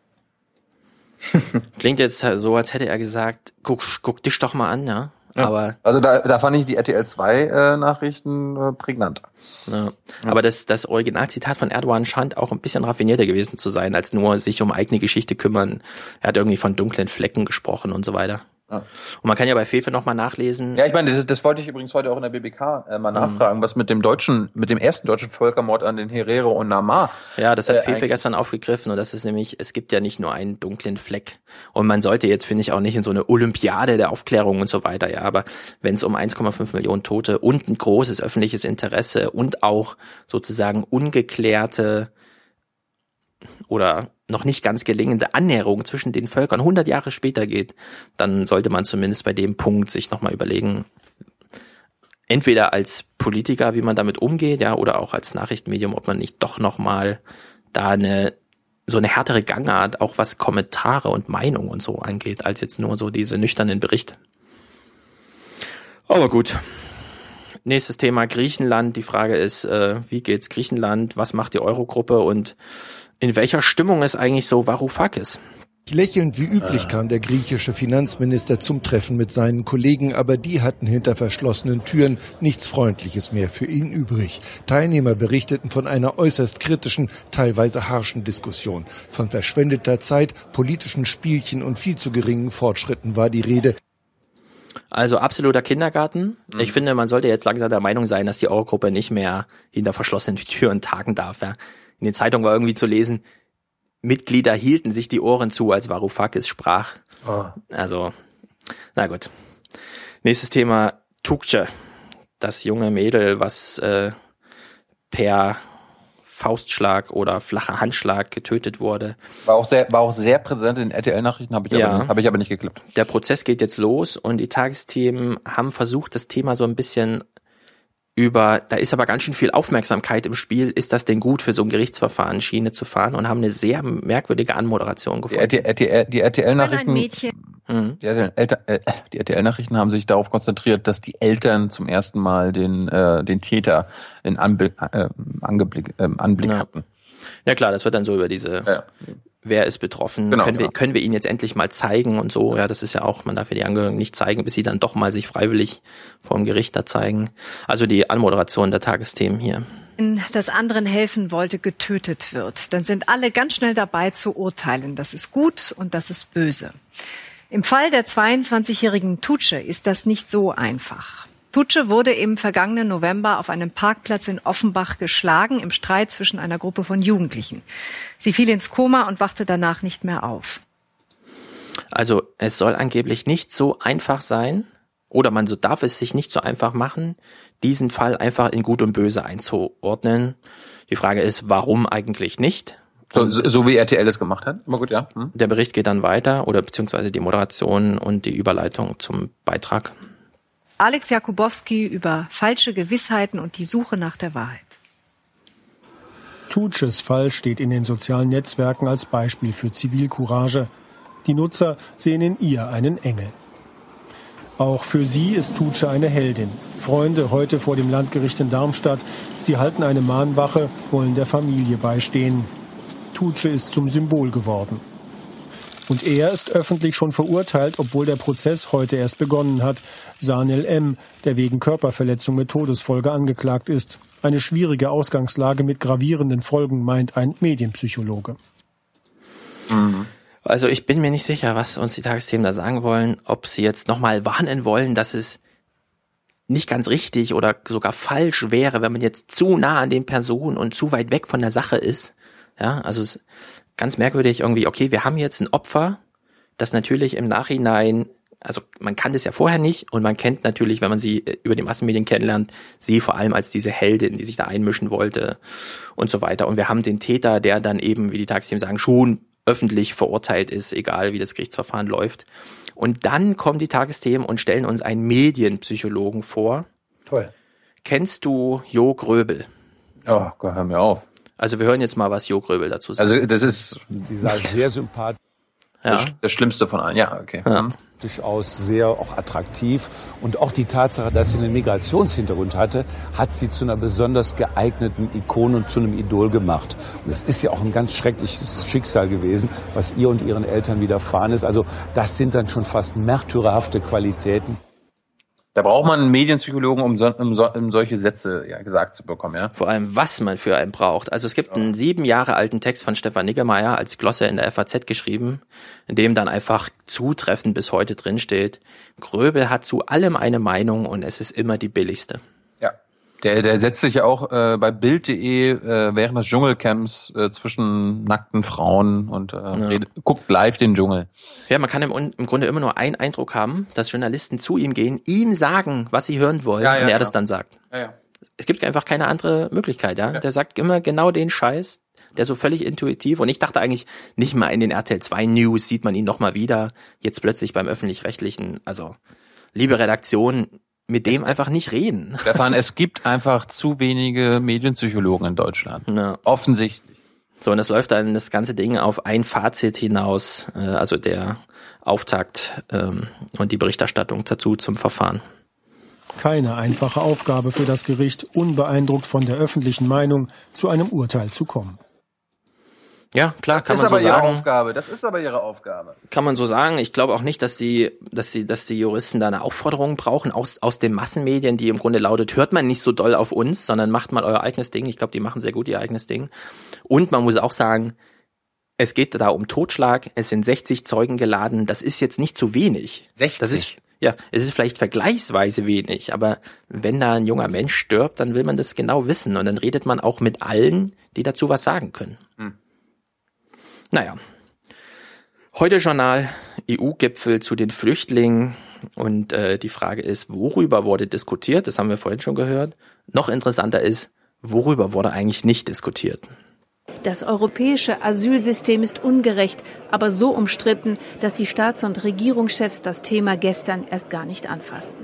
Klingt jetzt so, als hätte er gesagt, guck, guck dich doch mal an, ja. Ja. Aber also da, da fand ich die R T L zwei äh, Nachrichten äh, prägnant. Ja. Ja. Aber das, das Originalzitat von Erdogan scheint auch ein bisschen raffinierter gewesen zu sein, als nur sich um eigene Geschichte kümmern. Er hat irgendwie von dunklen Flecken gesprochen und so weiter. Ja. Und man kann ja bei Fefe nochmal nachlesen. Ja, ich meine, das, das wollte ich übrigens heute auch in der B B K äh, mal nachfragen, mhm. was mit dem deutschen, mit dem ersten deutschen Völkermord an den Herero und Namar. Ja, das hat äh, Fefe gestern aufgegriffen und das ist nämlich, es gibt ja nicht nur einen dunklen Fleck. Und man sollte jetzt, finde ich, auch nicht in so eine Olympiade der Aufklärung und so weiter, ja, aber wenn es um eins Komma fünf Millionen Tote und ein großes öffentliches Interesse und auch sozusagen ungeklärte oder noch nicht ganz gelingende Annäherung zwischen den Völkern hundert Jahre später geht, dann sollte man zumindest bei dem Punkt sich nochmal überlegen, entweder als Politiker, wie man damit umgeht, ja, oder auch als Nachrichtenmedium, ob man nicht doch nochmal da eine so eine härtere Gangart, auch was Kommentare und Meinung und so angeht, als jetzt nur so diese nüchternen Berichte. Aber gut. Nächstes Thema Griechenland. Die Frage ist, äh, wie geht's Griechenland? Was macht die Eurogruppe? Und in welcher Stimmung ist eigentlich so Varoufakis? Lächelnd wie üblich kam der griechische Finanzminister zum Treffen mit seinen Kollegen, aber die hatten hinter verschlossenen Türen nichts Freundliches mehr für ihn übrig. Teilnehmer berichteten von einer äußerst kritischen, teilweise harschen Diskussion. Von verschwendeter Zeit, politischen Spielchen und viel zu geringen Fortschritten war die Rede. Also absoluter Kindergarten. Mhm. Ich finde, man sollte jetzt langsam der Meinung sein, dass die Eurogruppe nicht mehr hinter verschlossenen Türen tagen darf. Ja. In den Zeitungen war irgendwie zu lesen, Mitglieder hielten sich die Ohren zu, als Varoufakis sprach. Oh. Also, na gut. Nächstes Thema, Tuğçe. Das junge Mädel, was äh, per Faustschlag oder flacher Handschlag getötet wurde. War auch sehr, war auch sehr präsent in R T L-Nachrichten, habe ich, ja. aber, hab ich aber nicht geklippt. Der Prozess geht jetzt los und die Tagesthemen haben versucht, das Thema so ein bisschen über, da ist aber ganz schön viel Aufmerksamkeit im Spiel, ist das denn gut für so ein Gerichtsverfahren, Schiene zu fahren, und haben eine sehr merkwürdige Anmoderation gefunden. Die R T L, die R T L-Nachrichten, mhm. die R T L, äh, die R T L-Nachrichten haben sich darauf konzentriert, dass die Eltern zum ersten Mal den, äh, den Täter in Anblick, äh, Angeblick, äh, Anblick ja. hatten. Ja klar, das wird dann so über diese, ja. wer ist betroffen, genau, können wir, genau. können wir ihn jetzt endlich mal zeigen und so, ja, das ist ja auch, man darf ja die Angehörigen nicht zeigen, bis sie dann doch mal sich freiwillig vor dem Gericht da zeigen. Also die Anmoderation der Tagesthemen hier. Das anderen helfen wollte, getötet wird, dann sind alle ganz schnell dabei zu urteilen, das ist gut und das ist böse. Im Fall der zweiundzwanzigjährigen Tuğçe ist das nicht so einfach. Tuğçe wurde im vergangenen November auf einem Parkplatz in Offenbach geschlagen im Streit zwischen einer Gruppe von Jugendlichen. Sie fiel ins Koma und wachte danach nicht mehr auf. Also es soll angeblich nicht so einfach sein, oder man so darf es sich nicht so einfach machen, diesen Fall einfach in Gut und Böse einzuordnen. Die Frage ist, warum eigentlich nicht? So, so wie R T L es gemacht hat. Immer gut, ja. Hm. Der Bericht geht dann weiter, oder beziehungsweise die Moderation und die Überleitung zum Beitrag. Alex Jakubowski über falsche Gewissheiten und die Suche nach der Wahrheit. Tuğçes Fall steht in den sozialen Netzwerken als Beispiel für Zivilcourage. Die Nutzer sehen in ihr einen Engel. Auch für sie ist Tuğçe eine Heldin. Freunde heute vor dem Landgericht in Darmstadt. Sie halten eine Mahnwache, wollen der Familie beistehen. Tuğçe ist zum Symbol geworden. Und er ist öffentlich schon verurteilt, obwohl der Prozess heute erst begonnen hat. Sanel M., der wegen Körperverletzung mit Todesfolge angeklagt ist. Eine schwierige Ausgangslage mit gravierenden Folgen, meint ein Medienpsychologe. Also ich bin mir nicht sicher, was uns die Tagesthemen da sagen wollen, ob sie jetzt nochmal warnen wollen, dass es nicht ganz richtig oder sogar falsch wäre, wenn man jetzt zu nah an den Personen und zu weit weg von der Sache ist. Ja, also es ganz merkwürdig irgendwie, okay, wir haben jetzt ein Opfer, das natürlich im Nachhinein, also man kann das ja vorher nicht und man kennt natürlich, wenn man sie über die Massenmedien kennenlernt, sie vor allem als diese Heldin, die sich da einmischen wollte und so weiter. Und wir haben den Täter, der dann eben, wie die Tagesthemen sagen, schon öffentlich verurteilt ist, egal wie das Gerichtsverfahren läuft. Und dann kommen die Tagesthemen und stellen uns einen Medienpsychologen vor. Toll. Kennst du Jo Gröbel? Oh Gott, hör mir auf. Also wir hören jetzt mal, was Jo Gröbel dazu sagt. Also das ist, sie sah sehr sympathisch. Ja. Das Schlimmste von allen, ja, okay. Ja. Aus, sehr auch attraktiv. Und auch die Tatsache, dass sie einen Migrationshintergrund hatte, hat sie zu einer besonders geeigneten Ikone und zu einem Idol gemacht. Und es ist ja auch ein ganz schreckliches Schicksal gewesen, was ihr und ihren Eltern widerfahren ist. Also das sind dann schon fast märtyrerhafte Qualitäten. Da braucht man einen Medienpsychologen, um, so, um, so, um solche Sätze ja, gesagt zu bekommen, ja. Vor allem, was man für einen braucht. Also es gibt einen sieben Jahre alten Text von Stefan Niggemeier als Glosse in der F A Z geschrieben, in dem dann einfach zutreffend bis heute drinsteht: Gröbel hat zu allem eine Meinung und es ist immer die billigste. Ja, der, der setzt sich ja auch äh, bei Bild punkt de äh, während des Dschungelcamps äh, zwischen nackten Frauen und äh, ja. redet, guckt live den Dschungel. Ja, man kann im, im Grunde immer nur einen Eindruck haben, dass Journalisten zu ihm gehen, ihm sagen, was sie hören wollen, ja, ja, und er genau. das dann sagt. Ja, ja. Es gibt einfach keine andere Möglichkeit, ja? ja. Der sagt immer genau den Scheiß, der so völlig intuitiv, und ich dachte eigentlich, nicht mal in den R T L zwei News sieht man ihn noch mal wieder, jetzt plötzlich beim Öffentlich-Rechtlichen. Also, liebe Redaktion, mit dem es, einfach nicht reden. Stefan, es gibt einfach zu wenige Medienpsychologen in Deutschland. Ja. Offensichtlich. So, und das läuft dann das ganze Ding auf ein Fazit hinaus, äh, also der Auftakt ähm, und die Berichterstattung dazu zum Verfahren. Keine einfache Aufgabe für das Gericht, unbeeindruckt von der öffentlichen Meinung zu einem Urteil zu kommen. Ja, klar, das kann man so sagen. Das ist aber ihre Aufgabe. Das ist aber ihre Aufgabe. Kann man so sagen. Ich glaube auch nicht, dass die, dass die, dass die Juristen da eine Aufforderung brauchen aus aus den Massenmedien, die im Grunde lautet: Hört man nicht so doll auf uns, sondern macht mal euer eigenes Ding. Ich glaube, die machen sehr gut ihr eigenes Ding. Und man muss auch sagen, es geht da um Totschlag. Es sind sechzig Zeugen geladen. Das ist jetzt nicht zu wenig. sechzig? Das ist ja, es ist vielleicht vergleichsweise wenig, aber wenn da ein junger Mensch stirbt, dann will man das genau wissen und dann redet man auch mit allen, die dazu was sagen können. Hm. Naja, heute Journal, E U-Gipfel zu den Flüchtlingen und äh, die Frage ist, worüber wurde diskutiert? Das haben wir vorhin schon gehört. Noch interessanter ist, worüber wurde eigentlich nicht diskutiert? Das europäische Asylsystem ist ungerecht, aber so umstritten, dass die Staats- und Regierungschefs das Thema gestern erst gar nicht anfassten.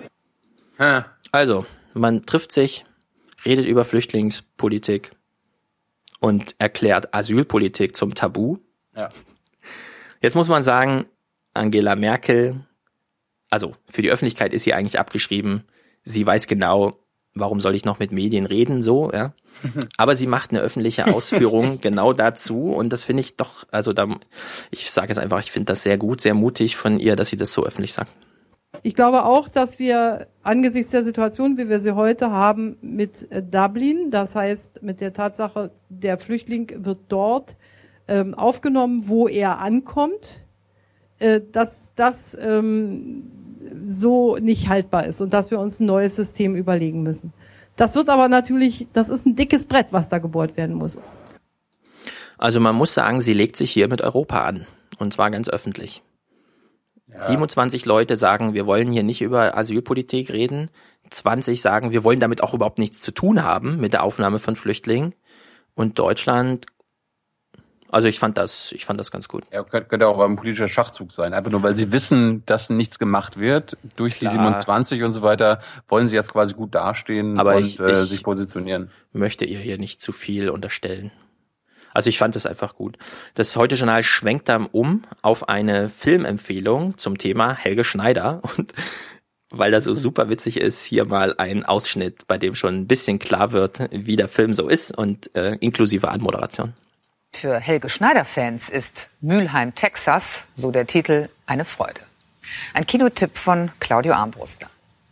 Also, man trifft sich, redet über Flüchtlingspolitik und erklärt Asylpolitik zum Tabu. Ja. Jetzt muss man sagen, Angela Merkel, also für die Öffentlichkeit ist sie eigentlich abgeschrieben. Sie weiß genau, warum soll ich noch mit Medien reden, so, ja. Aber sie macht eine öffentliche Ausführung genau dazu und das finde ich doch, also da, ich sage es einfach, ich finde das sehr gut, sehr mutig von ihr, dass sie das so öffentlich sagt. Ich glaube auch, dass wir angesichts der Situation, wie wir sie heute haben mit Dublin, das heißt mit der Tatsache, der Flüchtling wird dort ähm, aufgenommen, wo er ankommt, äh, dass das ähm, so nicht haltbar ist und dass wir uns ein neues System überlegen müssen. Das wird aber natürlich, das ist ein dickes Brett, was da gebohrt werden muss. Also man muss sagen, sie legt sich hier mit Europa an und zwar ganz öffentlich. Ja. siebenundzwanzig Leute sagen, wir wollen hier nicht über Asylpolitik reden. zwanzig sagen, wir wollen damit auch überhaupt nichts zu tun haben mit der Aufnahme von Flüchtlingen. Und Deutschland, also ich fand das, ich fand das ganz gut. Ja, könnte auch ein politischer Schachzug sein. Einfach nur, weil sie wissen, dass nichts gemacht wird durch Klar. die siebenundzwanzig und so weiter, wollen sie jetzt quasi gut dastehen Aber und ich, äh, ich sich positionieren. Möchte ihr hier nicht zu viel unterstellen. Also ich fand das einfach gut. Das Heute-Journal schwenkt dann um auf eine Filmempfehlung zum Thema Helge Schneider. Und weil das so super witzig ist, hier mal ein Ausschnitt, bei dem schon ein bisschen klar wird, wie der Film so ist und äh, inklusive Anmoderation. Für Helge Schneider-Fans ist Mülheim, Texas, so der Titel, eine Freude. Ein Kinotipp von Claudio Armbruster.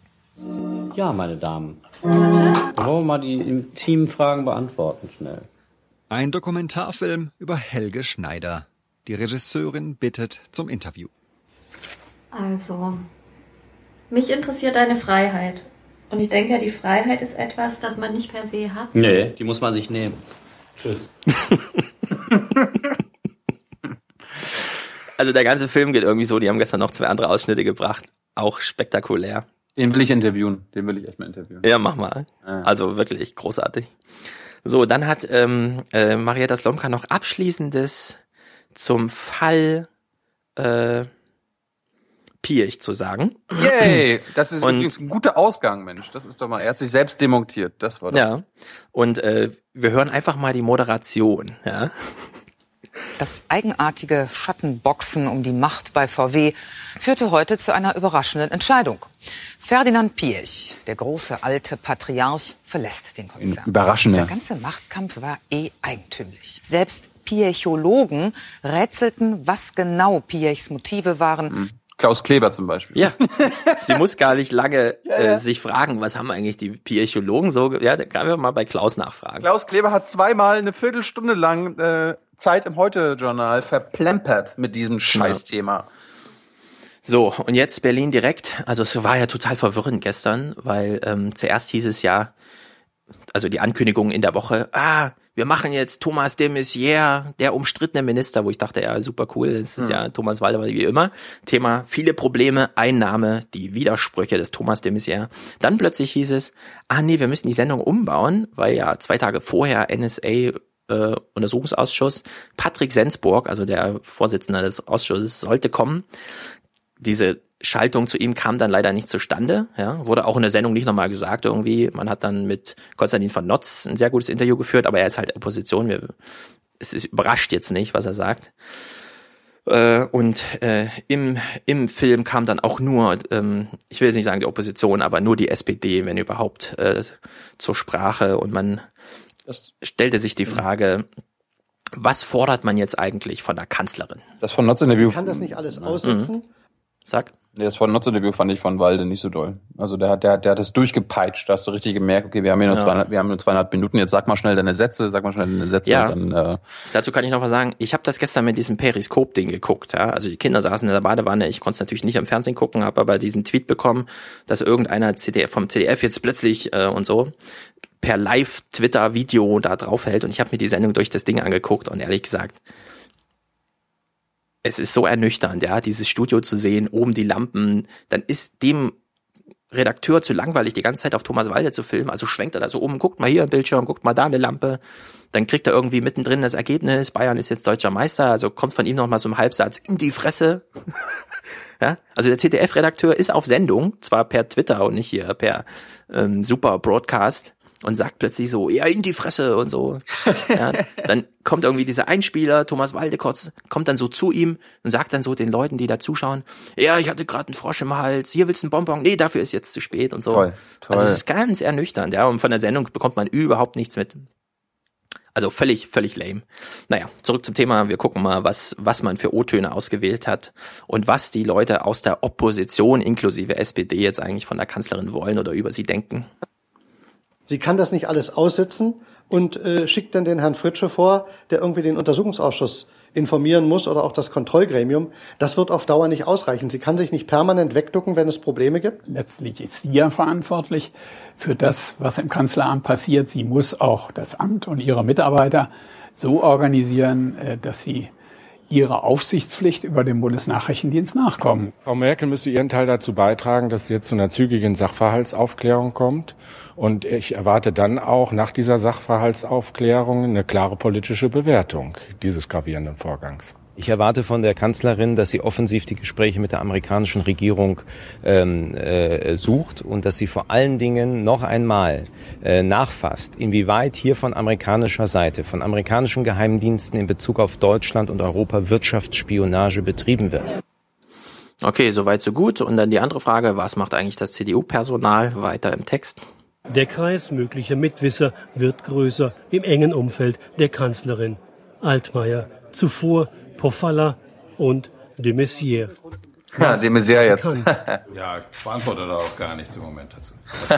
Ja, meine Damen. Wollen wir mal die intimen Fragen beantworten, schnell. Ein Dokumentarfilm über Helge Schneider. Die Regisseurin bittet zum Interview. Also, mich interessiert deine Freiheit. Und ich denke, die Freiheit ist etwas, das man nicht per se hat. Nee, die muss man sich nehmen. Tschüss. Also der ganze Film geht irgendwie so, die haben gestern noch zwei andere Ausschnitte gebracht. Auch spektakulär. Den will ich interviewen. Den will ich echt mal interviewen. Ja, mach mal. Ja. Also wirklich großartig. So, dann hat ähm, äh, Marietta Slomka noch Abschließendes zum Fall äh, Piech zu sagen. Yay! Das ist und, übrigens ein guter Ausgang, Mensch. Das ist doch mal, er hat sich selbst demontiert. Das war doch. Ja. Und äh, wir hören einfach mal die Moderation. Ja. Das eigenartige Schattenboxen um die Macht bei V W führte heute zu einer überraschenden Entscheidung. Ferdinand Piech, der große alte Patriarch, verlässt den Konzern. Überraschender. Der ganze Machtkampf war eh eigentümlich. Selbst Piechologen rätselten, was genau Piechs Motive waren. Hm. Klaus Kleber zum Beispiel. Ja, sie muss gar nicht lange ja, ja. Äh, sich fragen, was haben eigentlich die Piechologen so. Ja, da können wir mal bei Klaus nachfragen. Klaus Kleber hat zweimal eine Viertelstunde lang äh, Zeit im Heute-Journal verplempert mit diesem Scheißthema. So, und jetzt Berlin direkt. Also es war ja total verwirrend gestern, weil ähm, zuerst hieß es ja, also die Ankündigung in der Woche, ah, wir machen jetzt Thomas de Maizière, der umstrittene Minister, wo ich dachte, ja, super cool, das ist hm. ja Thomas Waldemar wie immer. Thema, viele Probleme, Einnahme, die Widersprüche des Thomas de Maizière. Dann plötzlich hieß es, ah nee, wir müssen die Sendung umbauen, weil ja zwei Tage vorher N S A äh, Untersuchungsausschuss, Patrick Sensburg, also der Vorsitzende des Ausschusses, sollte kommen. Diese Schaltung zu ihm kam dann leider nicht zustande. Ja, wurde auch in der Sendung nicht nochmal gesagt irgendwie. Man hat dann mit Konstantin von Notz ein sehr gutes Interview geführt, aber er ist halt Opposition. Wir, es ist überrascht jetzt nicht, was er sagt. Äh, und äh, im im Film kam dann auch nur, ähm, ich will jetzt nicht sagen die Opposition, aber nur die S P D, wenn überhaupt, äh, zur Sprache. Und man das stellte sich die Frage, was fordert man jetzt eigentlich von der Kanzlerin? Das von Notz-Interview. Kann das nicht alles aussitzen? Mhm. Sag. Nee, das von Notz-Interview fand ich von Walde nicht so doll. Also der hat, der, der hat das durchgepeitscht, da hast du richtig gemerkt, okay, wir haben hier nur, ja. zweieinhalb, wir haben nur zweieinhalb Minuten, jetzt sag mal schnell deine Sätze, sag mal schnell deine Sätze. Ja, dann, äh dazu kann ich noch was sagen. Ich habe das gestern mit diesem Periskop-Ding geguckt. Ja? Also die Kinder saßen in der Badewanne, ich konnte es natürlich nicht am Fernsehen gucken, habe aber diesen Tweet bekommen, dass irgendeiner C D F, vom C D F jetzt plötzlich äh, und so per Live-Twitter-Video da draufhält und ich habe mir die Sendung durch das Ding angeguckt und ehrlich gesagt, es ist so ernüchternd, ja, dieses Studio zu sehen, oben die Lampen, dann ist dem Redakteur zu langweilig, die ganze Zeit auf Thomas Walde zu filmen, also schwenkt er da so um, guckt mal hier im Bildschirm, guckt mal da eine Lampe, dann kriegt er irgendwie mittendrin das Ergebnis, Bayern ist jetzt deutscher Meister, also kommt von ihm nochmal so ein Halbsatz in die Fresse. Ja, also der Z D F-Redakteur ist auf Sendung, zwar per Twitter und nicht hier per ähm, Super Broadcast, und sagt plötzlich so, ja, in die Fresse und so. Ja, dann kommt irgendwie dieser Einspieler, Thomas Waldekotz, kommt dann so zu ihm und sagt dann so den Leuten, die da zuschauen, ja, ich hatte gerade einen Frosch im Hals, hier willst du einen Bonbon? Nee, dafür ist jetzt zu spät und so. Toll, toll. Also es ist ganz ernüchternd, ja, und von der Sendung bekommt man überhaupt nichts mit. Also völlig, völlig lame. Naja, zurück zum Thema. Wir gucken mal, was, was man für O-Töne ausgewählt hat und was die Leute aus der Opposition inklusive S P D jetzt eigentlich von der Kanzlerin wollen oder über sie denken. Sie kann das nicht alles aussitzen und äh, schickt dann den Herrn Fritzsche vor, der irgendwie den Untersuchungsausschuss informieren muss oder auch das Kontrollgremium. Das wird auf Dauer nicht ausreichen. Sie kann sich nicht permanent wegducken, wenn es Probleme gibt. Letztlich ist sie ja verantwortlich für das, was im Kanzleramt passiert. Sie muss auch das Amt und ihre Mitarbeiter so organisieren, äh, dass sie ihrer Aufsichtspflicht über den Bundesnachrichtendienst nachkommen. Frau Merkel müsste ihren Teil dazu beitragen, dass es jetzt zu einer zügigen Sachverhaltsaufklärung kommt. Und ich erwarte dann auch nach dieser Sachverhaltsaufklärung eine klare politische Bewertung dieses gravierenden Vorgangs. Ich erwarte von der Kanzlerin, dass sie offensiv die Gespräche mit der amerikanischen Regierung ähm, äh, sucht und dass sie vor allen Dingen noch einmal äh, nachfasst, inwieweit hier von amerikanischer Seite, von amerikanischen Geheimdiensten in Bezug auf Deutschland und Europa Wirtschaftsspionage betrieben wird. Okay, soweit so gut. Und dann die andere Frage, was macht eigentlich das C D U-Personal? Weiter im Text. Der Kreis möglicher Mitwisser wird größer im engen Umfeld der Kanzlerin. Altmaier, zuvor Pofalla und de Maizière. Ja, de Maizière jetzt. Ja, ich beantworte da auch gar nichts im Moment dazu.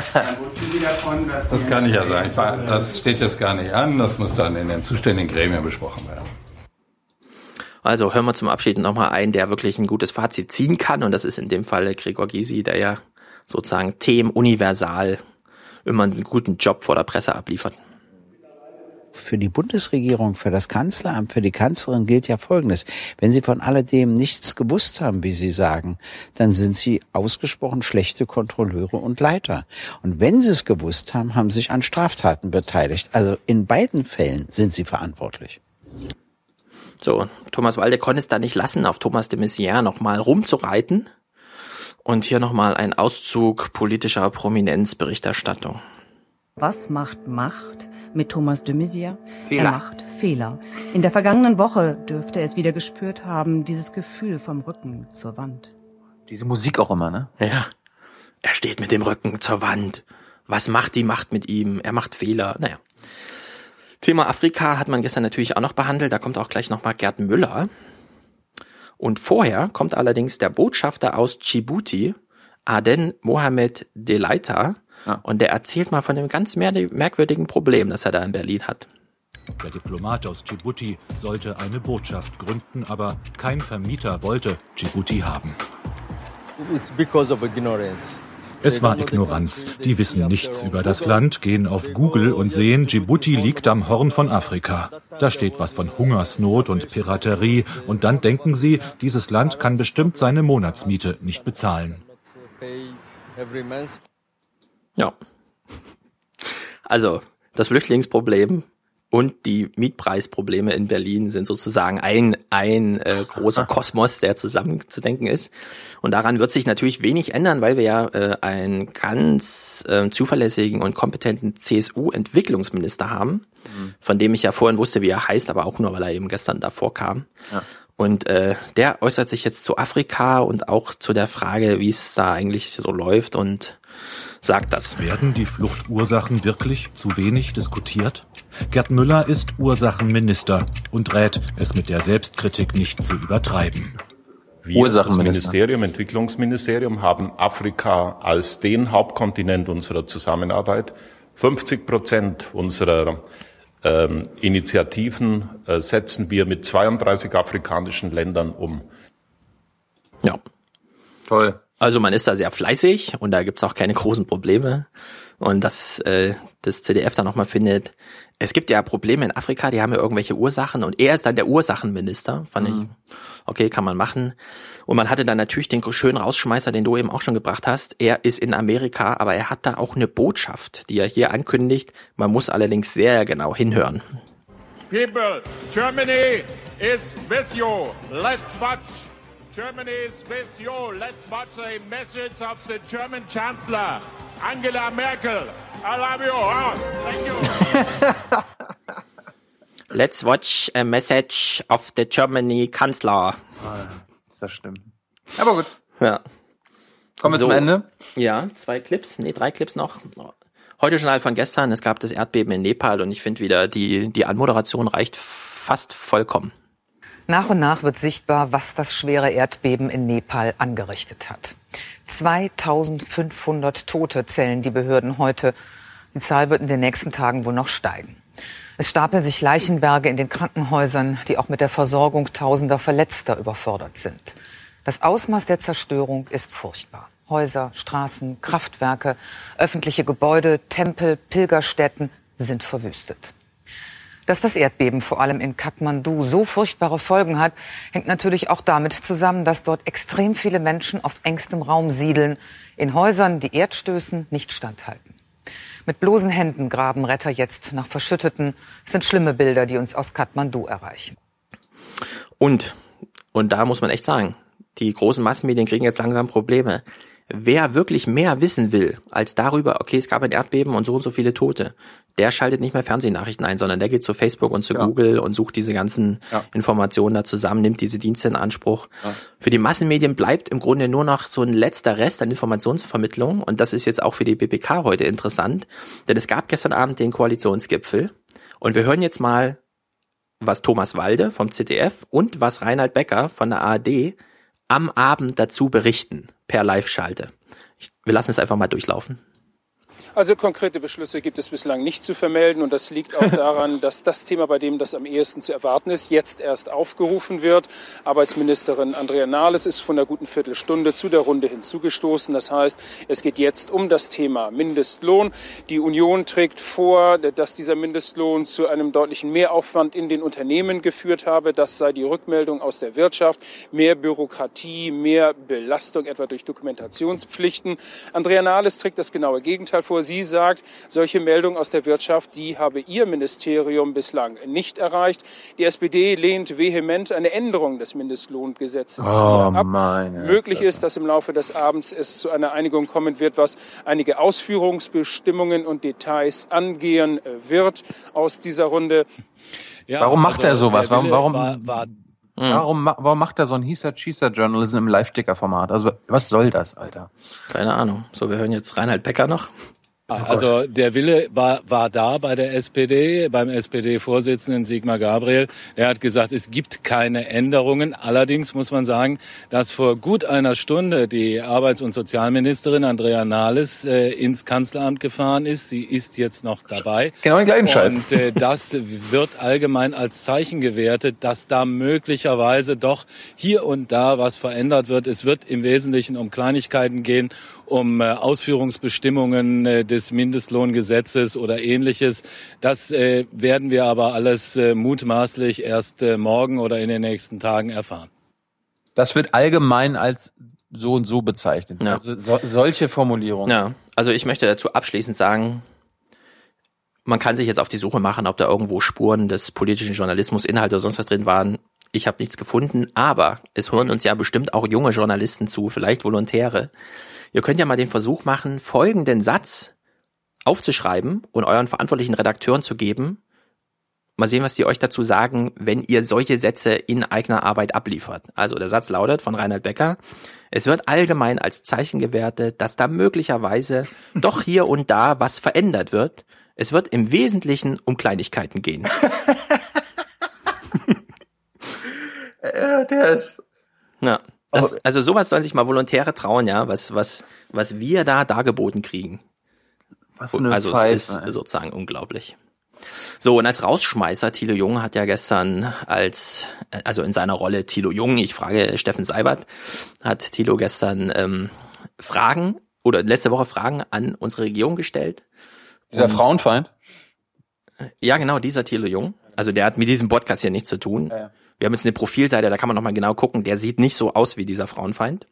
Das kann ich ja sagen. Das steht jetzt gar nicht an. Das muss dann in den zuständigen Gremien besprochen werden. Also hören wir zum Abschied nochmal einen, der wirklich ein gutes Fazit gysi kann. Und das ist in dem Fall Gregor Gysi, der ja sozusagen themenuniversal immer einen guten Job vor der Presse abliefert. Für die Bundesregierung, für das Kanzleramt, für die Kanzlerin gilt ja Folgendes. Wenn Sie von alledem nichts gewusst haben, wie Sie sagen, dann sind Sie ausgesprochen schlechte Kontrolleure und Leiter. Und wenn Sie es gewusst haben, haben Sie sich an Straftaten beteiligt. Also in beiden Fällen sind Sie verantwortlich. So, Thomas Walde konnte es da nicht lassen, auf Thomas de Maizière nochmal rumzureiten. Und hier nochmal ein Auszug politischer Prominenzberichterstattung. Was macht Macht mit Thomas de Maizière? Fehler. Er macht Fehler. In der vergangenen Woche dürfte er es wieder gespürt haben, dieses Gefühl vom Rücken zur Wand. Diese Musik auch immer, ne? Ja. Er steht mit dem Rücken zur Wand. Was macht die Macht mit ihm? Er macht Fehler. Naja. Thema Afrika hat man gestern natürlich auch noch behandelt. Da kommt auch gleich nochmal Gerd Müller. Und vorher kommt allerdings der Botschafter aus Djibouti, Aden Mohamed Delaita, ja. Und der erzählt mal von dem ganz merkwürdigen Problem, das er da in Berlin hat. Der Diplomat aus Djibouti sollte eine Botschaft gründen, aber kein Vermieter wollte Djibouti haben. It's because of ignorance. Es war Ignoranz. Die wissen nichts über das Land, gehen auf Google und sehen, Djibouti liegt am Horn von Afrika. Da steht was von Hungersnot und Piraterie und dann denken sie, dieses Land kann bestimmt seine Monatsmiete nicht bezahlen. Ja. Also, das Flüchtlingsproblem und die Mietpreisprobleme in Berlin sind sozusagen ein ein äh, großer Kosmos, der zusammenzudenken ist. Und daran wird sich natürlich wenig ändern, weil wir ja äh, einen ganz äh, zuverlässigen und kompetenten C S U-Entwicklungsminister haben, mhm. von dem ich ja vorhin wusste, wie er heißt, aber auch nur, weil er eben gestern davor kam. Ja. Und äh, der äußert sich jetzt zu Afrika und auch zu der Frage, wie es da eigentlich so läuft und sagt das. Werden die Fluchtursachen wirklich zu wenig diskutiert? Gerd Müller ist Ursachenminister und rät, es mit der Selbstkritik nicht zu übertreiben. Wir, das Ministerium, Entwicklungsministerium, haben Afrika als den Hauptkontinent unserer Zusammenarbeit. fünfzig Prozent unserer ähm, Initiativen äh, setzen wir mit zweiunddreißig afrikanischen Ländern um. Ja. Toll. Also man ist da sehr fleißig und da gibt's auch keine großen Probleme. Und dass äh, das Z D F da nochmal findet, es gibt ja Probleme in Afrika, die haben ja irgendwelche Ursachen und er ist dann der Ursachenminister, fand mhm. ich, okay, kann man machen. Und man hatte dann natürlich den schönen Rausschmeißer, den du eben auch schon gebracht hast. Er ist in Amerika, aber er hat da auch eine Botschaft, die er hier ankündigt. Man muss allerdings sehr genau hinhören. People, Germany is with you. Let's watch. Germany is with you. Let's watch the message of the German Chancellor, Angela Merkel. I love you. Oh, thank you. Let's watch a message of the Germany Kanzler. Ist das stimmt. Aber gut. Ja. Kommen wir so, zum Ende? Ja, zwei Clips. Nee, drei Clips noch. Heute Journal von gestern. Es gab das Erdbeben in Nepal und ich finde wieder, die, die Anmoderation reicht fast vollkommen. Nach und nach wird sichtbar, was das schwere Erdbeben in Nepal angerichtet hat. zweitausendfünfhundert Tote zählen die Behörden heute. Die Zahl wird in den nächsten Tagen wohl noch steigen. Es stapeln sich Leichenberge in den Krankenhäusern, die auch mit der Versorgung tausender Verletzter überfordert sind. Das Ausmaß der Zerstörung ist furchtbar. Häuser, Straßen, Kraftwerke, öffentliche Gebäude, Tempel, Pilgerstätten sind verwüstet. Dass das Erdbeben vor allem in Kathmandu so furchtbare Folgen hat, hängt natürlich auch damit zusammen, dass dort extrem viele Menschen auf engstem Raum siedeln, in Häusern, die Erdstößen nicht standhalten. Mit bloßen Händen graben Retter jetzt nach Verschütteten. Es sind schlimme Bilder, die uns aus Kathmandu erreichen. Und, und da muss man echt sagen, die großen Massenmedien kriegen jetzt langsam Probleme. Wer wirklich mehr wissen will als darüber, okay, es gab ein Erdbeben und so und so viele Tote, der schaltet nicht mehr Fernsehnachrichten ein, sondern der geht zu Facebook und zu ja. Google und sucht diese ganzen ja. Informationen da zusammen, nimmt diese Dienste in Anspruch. Ja. Für die Massenmedien bleibt im Grunde nur noch so ein letzter Rest an Informationsvermittlung und das ist jetzt auch für die B P K heute interessant, denn es gab gestern Abend den Koalitionsgipfel und wir hören jetzt mal, was Thomas Walde vom Z D F und was Reinhard Becker von der A R D am Abend dazu berichten, per Live-Schalte. Wir lassen es einfach mal durchlaufen. Also konkrete Beschlüsse gibt es bislang nicht zu vermelden und das liegt auch daran, dass das Thema, bei dem das am ehesten zu erwarten ist, jetzt erst aufgerufen wird. Arbeitsministerin Andrea Nahles ist von einer guten Viertelstunde zu der Runde hinzugestoßen. Das heißt, es geht jetzt um das Thema Mindestlohn. Die Union trägt vor, dass dieser Mindestlohn zu einem deutlichen Mehraufwand in den Unternehmen geführt habe. Das sei die Rückmeldung aus der Wirtschaft. Mehr Bürokratie, mehr Belastung, etwa durch Dokumentationspflichten. Andrea Nahles trägt das genaue Gegenteil vor. Sie sagt, solche Meldungen aus der Wirtschaft, die habe ihr Ministerium bislang nicht erreicht. Die S P D lehnt vehement eine Änderung des Mindestlohngesetzes oh, ab. Meine Möglich ist, dass im Laufe des Abends es zu einer Einigung kommen wird, was einige Ausführungsbestimmungen und Details angehen wird aus dieser Runde. Ja, warum macht also er sowas? Warum, warum, war, war Warum, warum macht er so ein He said, she said Journalism im Live-Ticker-Format? Also, was soll das, Alter? Keine Ahnung. So, wir hören jetzt Reinhard Becker noch. Also der Wille war war da bei der S P D, beim S P D-Vorsitzenden Sigmar Gabriel. Er hat gesagt, es gibt keine Änderungen. Allerdings muss man sagen, dass vor gut einer Stunde die Arbeits- und Sozialministerin Andrea Nahles äh, ins Kanzleramt gefahren ist. Sie ist jetzt noch dabei. Genau den gleichen Scheiß. Und äh, das wird allgemein als Zeichen gewertet, dass da möglicherweise doch hier und da was verändert wird. Es wird im Wesentlichen um Kleinigkeiten gehen, um äh, Ausführungsbestimmungen äh, des Mindestlohngesetzes oder Ähnliches. Das äh, werden wir aber alles äh, mutmaßlich erst äh, morgen oder in den nächsten Tagen erfahren. Das wird allgemein als so und so bezeichnet. Ja. Also so, solche Formulierungen. Ja, also ich möchte dazu abschließend sagen, Man kann sich jetzt auf die Suche machen, ob da irgendwo Spuren des politischen Journalismus, Inhalte oder sonst was drin waren. Ich habe nichts gefunden, aber es hören uns ja bestimmt auch junge Journalisten zu, vielleicht Volontäre. Ihr könnt ja mal den Versuch machen, folgenden Satz aufzuschreiben und euren verantwortlichen Redakteuren zu geben. Mal sehen, was die euch dazu sagen, wenn ihr solche Sätze in eigener Arbeit abliefert. Also der Satz lautet von Reinhard Becker: Es wird allgemein als Zeichen gewertet, dass da möglicherweise doch hier und da was verändert wird. Es wird im Wesentlichen um Kleinigkeiten gehen. Ja, der ist... Ja, das, also sowas sollen sich mal Volontäre trauen, ja, was was was wir da dargeboten kriegen. Was für eine also Pfeife, es ist ey. sozusagen unglaublich. So, und als Rausschmeißer, Thilo Jung hat ja gestern als, also in seiner Rolle Thilo Jung, ich frage Steffen Seibert, hat Thilo gestern ähm, Fragen oder letzte Woche Fragen an unsere Regierung gestellt. Dieser und, Frauenfeind? Ja, genau, dieser Thilo Jung. Also der hat mit diesem Podcast hier nichts zu tun. Ja, ja. Wir haben jetzt eine Profilseite, da kann man nochmal genau gucken, der sieht nicht so aus wie dieser Frauenfeind.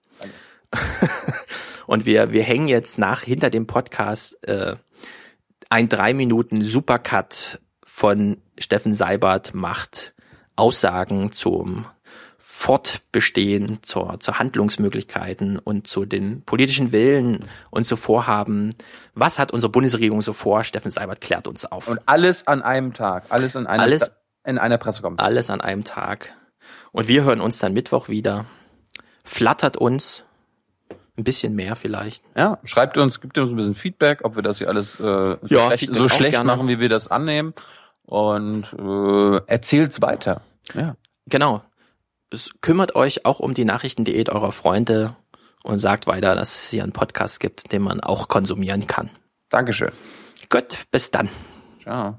Und wir wir hängen jetzt nach hinter dem Podcast äh, ein drei Minuten Supercut von Steffen Seibert macht Aussagen zum Fortbestehen, zur, zur Handlungsmöglichkeiten und zu den politischen Willen und zu Vorhaben. Was hat unsere Bundesregierung so vor? Steffen Seibert klärt uns auf. Und alles an einem Tag, alles in einer, alles, in einer Pressekonferenz. Alles an einem Tag. Und wir hören uns dann Mittwoch wieder. Flattert uns. Ein bisschen mehr vielleicht. Ja, schreibt uns, gibt uns ein bisschen Feedback, ob wir das hier alles äh, so ja, schlecht, so schlecht machen, wie wir das annehmen. Und äh, erzählt's weiter. Ja. Genau. Es kümmert euch auch um die Nachrichtendiät eurer Freunde und sagt weiter, dass es hier einen Podcast gibt, den man auch konsumieren kann. Dankeschön. Gut, bis dann. Ciao.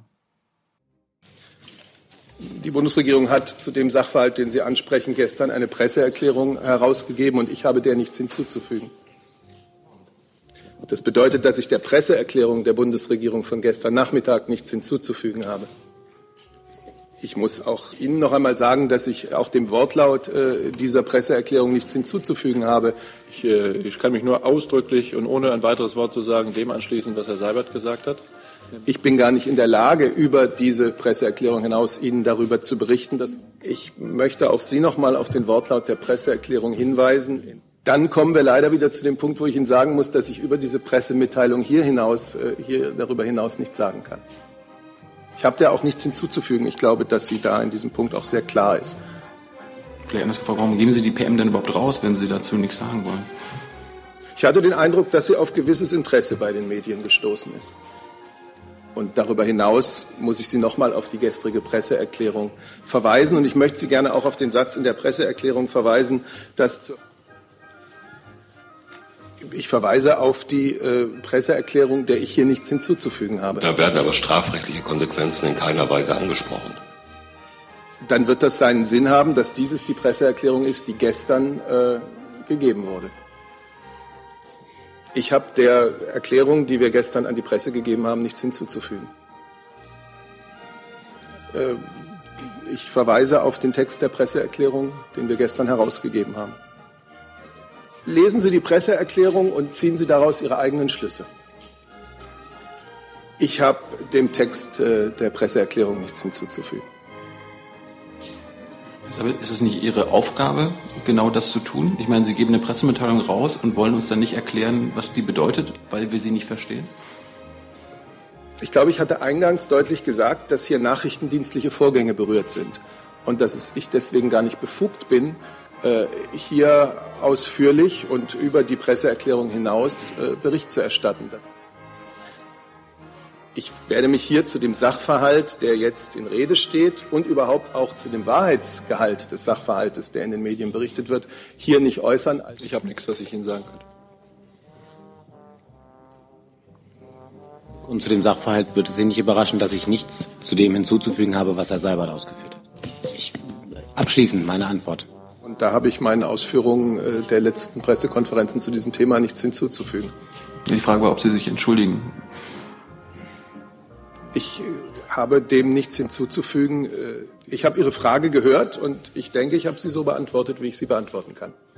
Die Bundesregierung hat zu dem Sachverhalt, den Sie ansprechen, gestern eine Presseerklärung herausgegeben, und ich habe der nichts hinzuzufügen. Das bedeutet, dass ich der Presseerklärung der Bundesregierung von gestern Nachmittag nichts hinzuzufügen habe. Ich muss auch Ihnen noch einmal sagen, dass ich auch dem Wortlaut äh, dieser Presseerklärung nichts hinzuzufügen habe. Ich, äh, ich kann mich nur ausdrücklich und ohne ein weiteres Wort zu sagen, dem anschließen, was Herr Seibert gesagt hat. Ich bin gar nicht in der Lage, über diese Presseerklärung hinaus Ihnen darüber zu berichten. Dass ich möchte auch Sie noch mal auf den Wortlaut der Presseerklärung hinweisen. Dann kommen wir leider wieder zu dem Punkt, wo ich Ihnen sagen muss, dass ich über diese Pressemitteilung hier hinaus, hier darüber hinaus nichts sagen kann. Ich habe da auch nichts hinzuzufügen. Ich glaube, dass sie da in diesem Punkt auch sehr klar ist. Vielleicht anders gefragt, warum geben Sie die P M denn überhaupt raus, wenn Sie dazu nichts sagen wollen? Ich hatte den Eindruck, dass sie auf gewisses Interesse bei den Medien gestoßen ist. Und darüber hinaus muss ich Sie noch mal auf die gestrige Presseerklärung verweisen. Und ich möchte Sie gerne auch auf den Satz in der Presseerklärung verweisen, dass zu ich verweise auf die äh, Presseerklärung, der ich hier nichts hinzuzufügen habe. Da werden aber strafrechtliche Konsequenzen in keiner Weise angesprochen. Dann wird das seinen Sinn haben, dass dieses die Presseerklärung ist, die gestern äh, gegeben wurde. Ich habe der Erklärung, die wir gestern an die Presse gegeben haben, nichts hinzuzufügen. Äh, ich verweise auf den Text der Presseerklärung, den wir gestern herausgegeben haben. Lesen Sie die Presseerklärung und ziehen Sie daraus Ihre eigenen Schlüsse. Ich habe dem Text äh, der Presseerklärung nichts hinzuzufügen. Ist es nicht Ihre Aufgabe, genau das zu tun? Ich meine, Sie geben eine Pressemitteilung raus und wollen uns dann nicht erklären, was die bedeutet, weil wir sie nicht verstehen? Ich glaube, ich hatte eingangs deutlich gesagt, dass hier nachrichtendienstliche Vorgänge berührt sind und dass ich deswegen gar nicht befugt bin, hier ausführlich und über die Presseerklärung hinaus Bericht zu erstatten. Ich werde mich hier zu dem Sachverhalt, der jetzt in Rede steht, und überhaupt auch zu dem Wahrheitsgehalt des Sachverhaltes, der in den Medien berichtet wird, hier nicht äußern. Ich habe nichts, was ich Ihnen sagen könnte. Und zu dem Sachverhalt wird es Sie nicht überraschen, dass ich nichts zu dem hinzuzufügen habe, was Herr Seibert ausgeführt hat. Ich, abschließend meine Antwort. Und da habe ich meinen Ausführungen der letzten Pressekonferenzen zu diesem Thema nichts hinzuzufügen. Die Frage war, ob Sie sich entschuldigen. Ich habe dem nichts hinzuzufügen. Ich habe Ihre Frage gehört und ich denke, ich habe sie so beantwortet, wie ich sie beantworten kann.